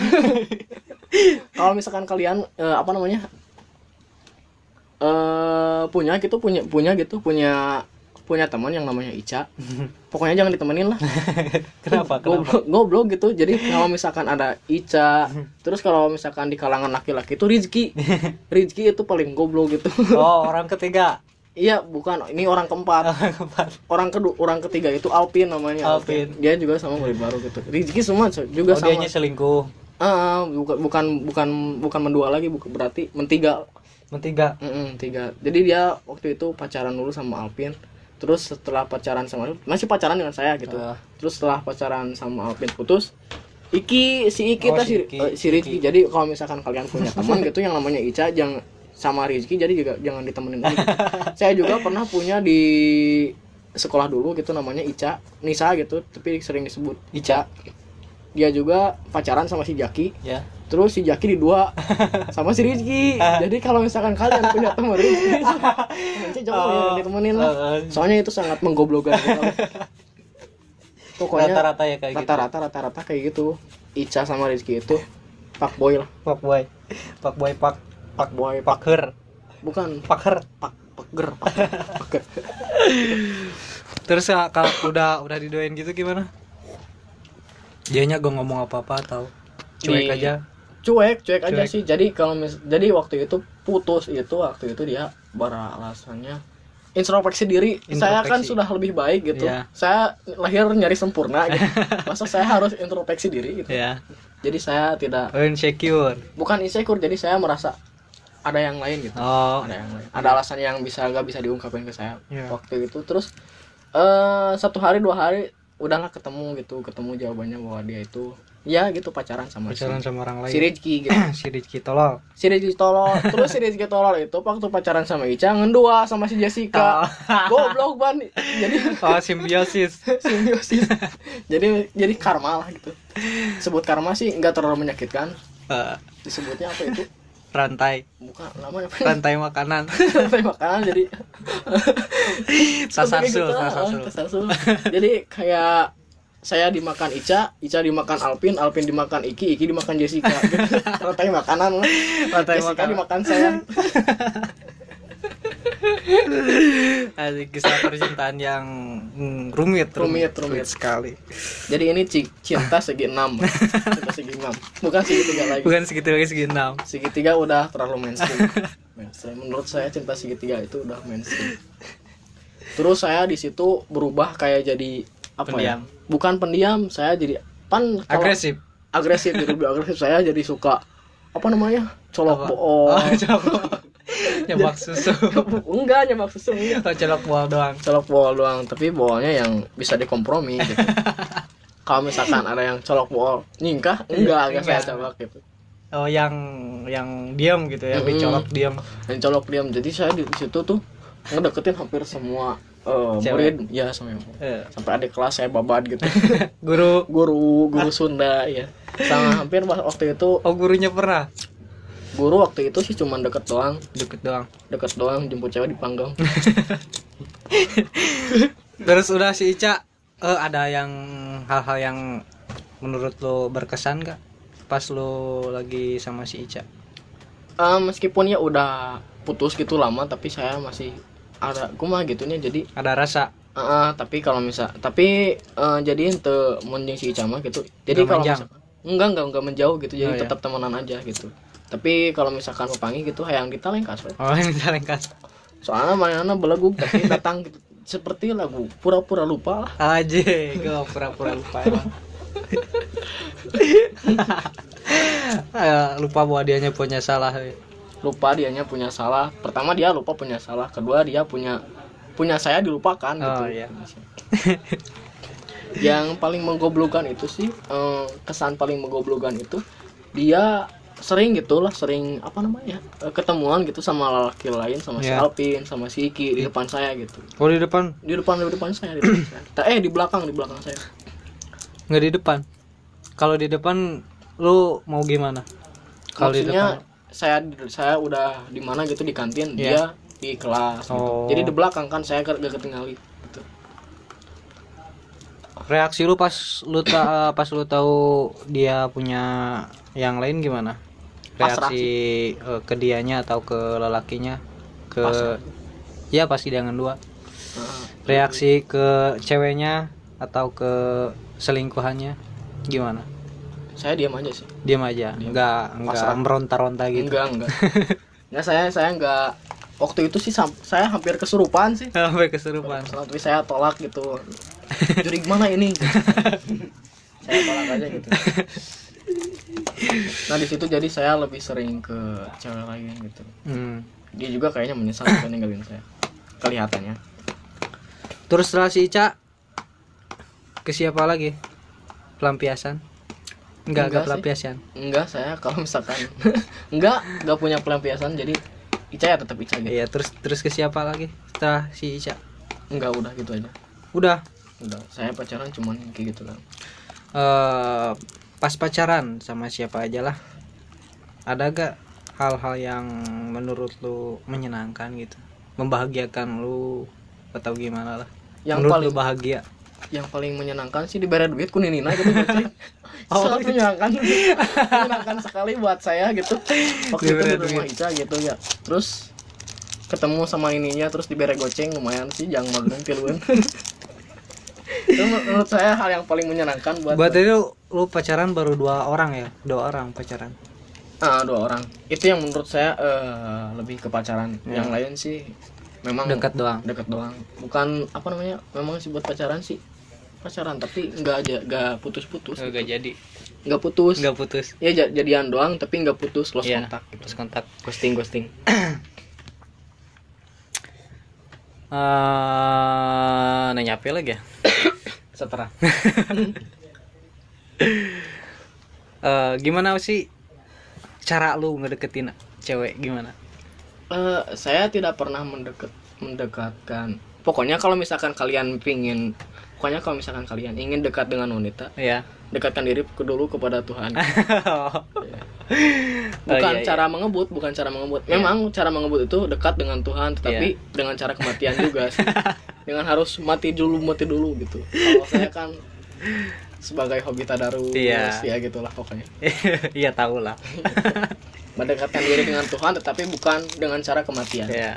Kalau misalkan kalian eh, apa namanya? Eh punya gitu punya punya gitu punya punya teman yang namanya Ica. Pokoknya jangan ditemenin lah. Kenapa? Kenapa? Goblok, goblok gitu. Jadi kalau misalkan ada Ica, terus kalau misalkan di kalangan laki-laki itu Rizky. Rizky itu paling goblok gitu. Oh, orang ketiga. Iya, bukan. Ini orang keempat. Orang kedua, orang ketiga itu Alpin namanya. Alpin. Dia juga sama murid baru gitu. Rizky semua juga Oh, sama. dianya selingkuh. Ah, bukan bukan bukan bukan mendua lagi, bukan berarti mentiga. Mentiga. Mm-mm, tiga. Jadi dia waktu itu pacaran dulu sama Alpin. Terus setelah pacaran sama Alpin, masih pacaran dengan saya gitu. Ah. Terus setelah pacaran sama Alpin putus, Iki si Iki Oh, tah si si, Iki. eh, si Rizky. Jadi kalau misalkan kalian punya teman gitu yang namanya Ica, jangan sama Rizky, jadi juga jangan ditemenin lagi. Gitu. Saya juga pernah punya di sekolah dulu gitu namanya Ica, Nisa gitu, tapi sering disebut Ica. Dia juga pacaran sama si Jaki. Ya. Terus si Jaki di dua sama si Rizky. Jadi kalau misalkan kalian punya teman Rizky, nanti jangan Oh. ditemenin lah. Oh. Soalnya itu sangat menggoblokkan. Gitu. Pokoknya Rata-rata ya kayak gitu. rata-rata rata-rata kayak gitu. Ica sama Rizky itu pak boy lah. Pak boy. Pak boy pak Pak boy, pak paker. bukan Paker. pak pager, pak pager. Terus ya, kalau udah udah didoain gitu gimana? Dianya gue ngomong apa-apa atau cuek Nih, aja? Cuek, cuek aja Cuek. sih. Jadi kalau mis- jadi waktu itu putus itu waktu itu dia beralasannya introspeksi diri. Saya kan Introspeksi. sudah lebih baik gitu. Iya. Saya lahir nyari sempurna gitu. Masa saya harus introspeksi diri gitu. Ya. Jadi saya tidak Oh, insecure. bukan insecure, jadi saya merasa ada yang lain gitu. Oh. Ada yang lain. Ada alasan yang bisa gak bisa diungkapin ke saya Iya. waktu itu. Terus eh satu hari dua hari udahlah ketemu gitu, ketemu jawabannya bahwa dia itu ya gitu pacaran sama Pacaran si, sama orang lain. si Rizky gitu. Si Rizky tolol. Si Rizky tolol. Terus si Rizky tolol itu waktu pacaran sama Ica ngendua sama si Jessica. Goblok ban. Jadi Oh, simbiosis. simbiosis. jadi jadi karma lah gitu. Sebut karma sih nggak terlalu menyakitkan. Eh, Disebutnya apa itu? rantai bukan namanya apa? rantai makanan Rantai makanan jadi sasasul Gitu, sasasul sasasul. Jadi kayak saya dimakan Ica, Ica dimakan Alpin, Alpin dimakan Iki, Iki dimakan Jessica. Gitu. Rantai makanan lah. rantai Jessica makanan dimakan saya. Asik, kisah percintaan yang mm, rumit, Rumit, rumit. sekali. Jadi ini ci- cinta segi enam, cinta segi enam, bukan segitiga lagi. Bukan segitu lagi segi enam. Segitiga udah terlalu mainstream. mainstream. Menurut saya cinta segitiga itu udah mainstream. Terus saya di situ berubah kayak jadi apa Pendiam. ya? Bukan pendiam, saya jadi pan kalau- Agresif. agresif jadi lebih agresif. Saya jadi suka apa namanya? Colok Apa? bool. Oh, colok. Nyebak susu. Enggak nyebak susu enggak. Oh, colok bool doang. Colok bool doang, tapi boolnya yang bisa dikompromi gitu. Kalau misalkan ada yang colok bool nyingkah, enggak, enggak saya Enggak. colok gitu. Oh, yang yang diam gitu ya, Mm-mm. dicolok diam. Yang colok diam. Jadi saya di situ tuh ngedeketin hampir semua eh, Cewek. murid, ya sampai Eh, sampai adik kelas saya babat gitu. guru. Guru, guru Sunda ya. Sama hampir pas waktu itu Oh, gurunya pernah guru waktu itu sih cuma deket doang, deket doang. deket doang jemput cewek di panggang. Terus udah si Ica, eh, ada yang hal-hal yang menurut lo berkesan gak pas lo lagi sama si Ica? Eh, meskipun ya udah putus gitu lama, tapi saya masih ada kumaha gitunya. Jadi Ada rasa? eh, eh, tapi kalau misal tapi eh, jadi ente mending si Ica mah gitu. Nggak Jadi kalau manjang? misalkan enggak enggak enggak menjauh gitu, jadi Oh, iya. tetap temenan aja gitu. Tapi kalau misalkan upangi gitu hayang ditalengkas we. Oh, ini talengkas. Soalnya mana belegug tapi datang gitu. Seperti lagu pura-pura lupa lah. Aja, gue pura-pura lupa emang. Ah, lupa bahwa dianya punya salah. Lupa dianya punya salah. Pertama dia lupa punya salah, kedua dia punya punya saya dilupakan gitu. Oh, iya. Yang paling menggoblokan itu sih eh, kesan paling menggoblokan itu dia sering gitulah, sering apa namanya eh, ketemuan gitu sama laki lain, sama si Iya. Alpin, sama si Iki di depan saya gitu. Oh, di depan? Di depan di depan saya, di depan saya. Ta- Eh di belakang di belakang saya. Nggak di depan? Kalau di depan lu mau gimana? Kalau di Maksudnya depan? saya saya udah di mana gitu di kantin, Iya. dia di kelas gitu. Oh. Jadi di belakang kan saya gak gak ketinggalan gitu. Reaksi lu pas lu ta pas lu tahu dia punya yang lain gimana? Pasrah Reaksi eh, ke dianya atau ke lelakinya? Ke Pasrah. ya pasti dengan dua. Nah, Reaksi ke ceweknya atau ke selingkuhannya gimana? saya diam aja sih. Diam aja, nggak nggak Pasrah. meronta-ronta gitu. Enggak, enggak. Enggak, saya saya enggak waktu itu sih sam- saya hampir kesurupan sih. Sampai kesurupan. Tapi saya tolak gitu. Juri gimana ini? Saya tolak aja gitu. Nah, di situ jadi saya lebih sering ke cewek lain gitu. Hmm. Dia juga kayaknya menyesal udah ninggalin saya. Kelihatannya. Terus setelah si Ica ke siapa lagi? Pelampiasan? Enggak, enggak Enggak sih. pelampiasan. Enggak, saya kalau misalkan enggak enggak punya pelampiasan, jadi Ica ya tetap Ica gitu. Iya, terus terus ke siapa lagi setelah si Ica? Enggak, udah gitu aja. Udah. Udah, saya pacaran cuman kayak gitu kan. Eh pas pacaran sama siapa aja lah. Ada gak hal-hal yang menurut lu menyenangkan gitu? Membahagiakan lu atau gimana lah? Yang menurut paling lu bahagia? yang paling menyenangkan sih diberi duit ku Nina gitu berarti. Oh, Sangat menyenangkan. Menyenangkan sekali buat saya gitu. Waktu itu Diberi di rumah Ica gitu ya. Terus ketemu sama ininya, terus diberi goceng lumayan sih, jangan magang tiluan. Itu menurut saya hal yang paling menyenangkan buat Buat itu lu pacaran baru dua orang ya? Dua orang pacaran. ah, dua orang. Itu yang menurut saya eh, lebih ke pacaran. Ya. Yang lain sih memang Dekat doang. dekat doang. Bukan apa namanya? Memang sih buat pacaran sih. Pacaran tapi enggak aja enggak putus-putus. Enggak jadi. Enggak putus. Enggak putus. Ya ja- jadian doang tapi enggak putus, lost Iya, kontak gitu. terus kontak. Ghosting ghosting. Eh, nanya apa lagi ya? Setelah Eh, gimana sih cara lu ngedeketin cewek gimana? Eh, saya tidak pernah mendekat mendekatkan. Pokoknya kalau misalkan kalian pingin, pokoknya kalau misalkan kalian ingin dekat dengan wanita, Ya. dekatkan diri ke dulu kepada Tuhan. Oh. Ya. Bukan Oh, iya, cara iya. mengebut, bukan cara mengebut. Memang cara mengebut itu dekat dengan Tuhan, tetapi Iya. dengan cara kematian juga sih. Dengan harus mati dulu, mati dulu gitu. Kalau saya kan sebagai hobi tadarus, Iya. ya gitulah pokoknya. Iya tahu lah. Mendekatkan diri dengan Tuhan, tetapi bukan dengan cara kematian. Ya.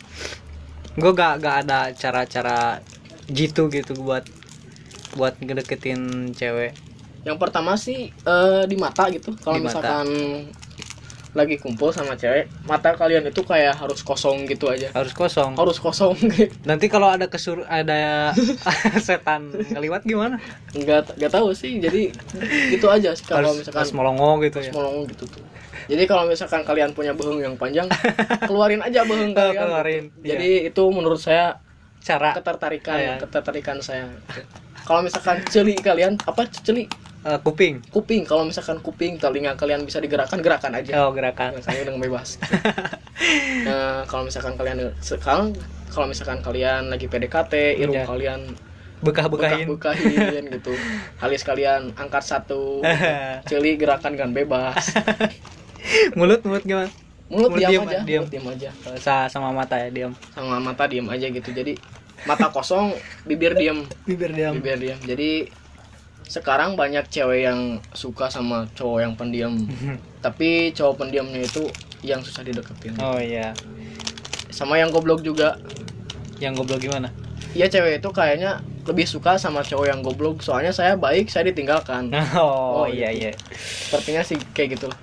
Gue gak gak ada cara-cara jitu gitu buat buat ngedeketin cewek. Yang pertama sih eh, di mata gitu. Kalau Di mata. misalkan lagi kumpul sama cewek, mata kalian itu kayak harus kosong gitu aja. Harus kosong. Harus kosong. Nanti kalau ada kesur ada setan ngeliwat gimana? Enggak enggak tahu sih. Jadi gitu aja sih kalau Harus, misalkan harus melongo gitu ya. ngomong gitu tuh. Jadi kalau misalkan kalian punya beheng yang panjang, keluarin aja beheng Oh, kalian. keluarin, Jadi itu menurut saya Cara ketertarikan, Ah, ya. ketertarikan saya. Kalau misalkan celi kalian, apa celi? eh, kuping. Kuping. Kalau misalkan kuping, telinga kalian bisa digerakkan, gerakan aja. Oh, gerakan. Saya dengan bebas. Nah, kalau misalkan kalian sekarang, kalau misalkan kalian lagi P D K T, irung Iya. kalian Bekah-bekahin. bekah-bekahin gitu. Alis kalian angkat satu, celi gerakan dengan bebas. mulut mulut gimana? Mulut Mulut diam, diam, aja, diam. mulut diam aja. Sa- sama mata ya diam. Sama mata diam aja gitu. Jadi mata kosong, bibir diam, Bibir diam. bibir diam. Jadi sekarang banyak cewek yang suka sama cowok yang pendiam. Tapi cowok pendiamnya itu yang susah dideketin. Oh iya. Sama yang goblok juga. Yang goblok gimana? Iya, cewek itu kayaknya lebih suka sama cowok yang goblok. Soalnya saya baik, saya ditinggalkan. Oh, Oh, iya gitu. iya. Sepertinya sih kayak gitu.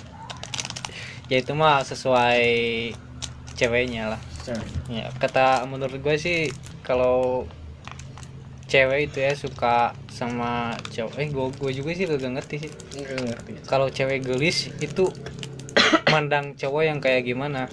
Ya itu mah sesuai ceweknya lah. Ya, kata menurut gue sih kalau cewek itu ya suka sama cowok, eh gue gue juga sih gak ngerti sih. Enggak ngerti. Kalau cewek gelis itu mandang cowok yang kayak gimana?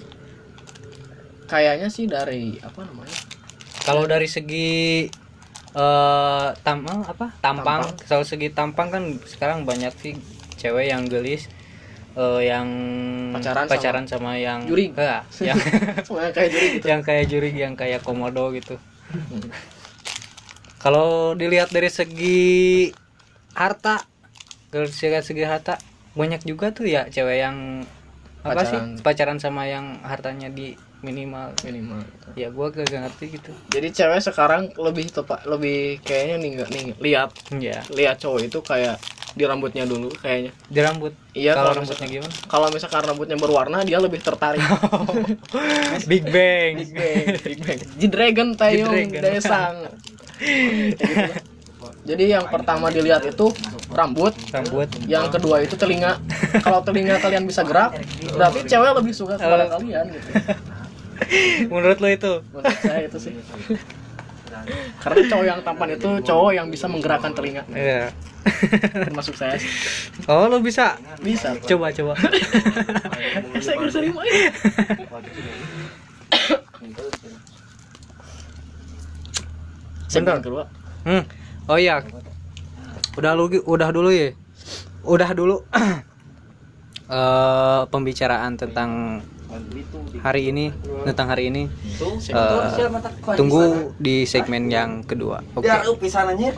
Kayaknya sih dari apa namanya? Kalau dari segi eh tam eh, apa tampang, Tampang. kalau segi tampang kan sekarang banyak sih cewek yang gelis, eh, yang Pacaran pacaran sama, yang juri. enggak, yang Semuanya kayak jadi gitu. yang kayak juri, yang kayak komodo gitu. Kalau dilihat dari segi harta, dari segi, segi harta banyak juga tuh ya cewek yang apa Pacaran. sih pacaran sama yang hartanya di minimal. Minimal gitu. Ya gue gak ngerti gitu. Jadi cewek sekarang lebih tepat, lebih kayaknya nih nggak nih lihat Ya lihat cowok itu kayak di rambutnya dulu kayaknya. di rambut. Iya, Kalau kalau rambutnya misalkan- gimana? Kalau misalkan rambutnya berwarna, dia lebih tertarik. Big Bang. Big Bang, Big Bang. Ji Dragon Tayong Ji-Dragon. Desang. Kayak gitu lah. Jadi yang pertama dilihat itu rambut, Rambut. yang kedua itu telinga. Kalau telinga kalian bisa gerak, berarti cewek lebih suka kepada Oh. kalian gitu. Menurut lo itu? Menurut saya itu sih. Karena cowok yang tampan itu cowok yang bisa menggerakkan telinga. Iya. Termasuk saya sih. Oh lo bisa? Bisa. Coba coba. Saya nggak sering main. Segmen kedua. Hmm. Oh iya. Udah lu udah dulu ya. Udah dulu. Eh pembicaraan tentang hari ini, tentang hari ini. Eh, tunggu di segmen yang kedua. Oke. Ya, pisanannya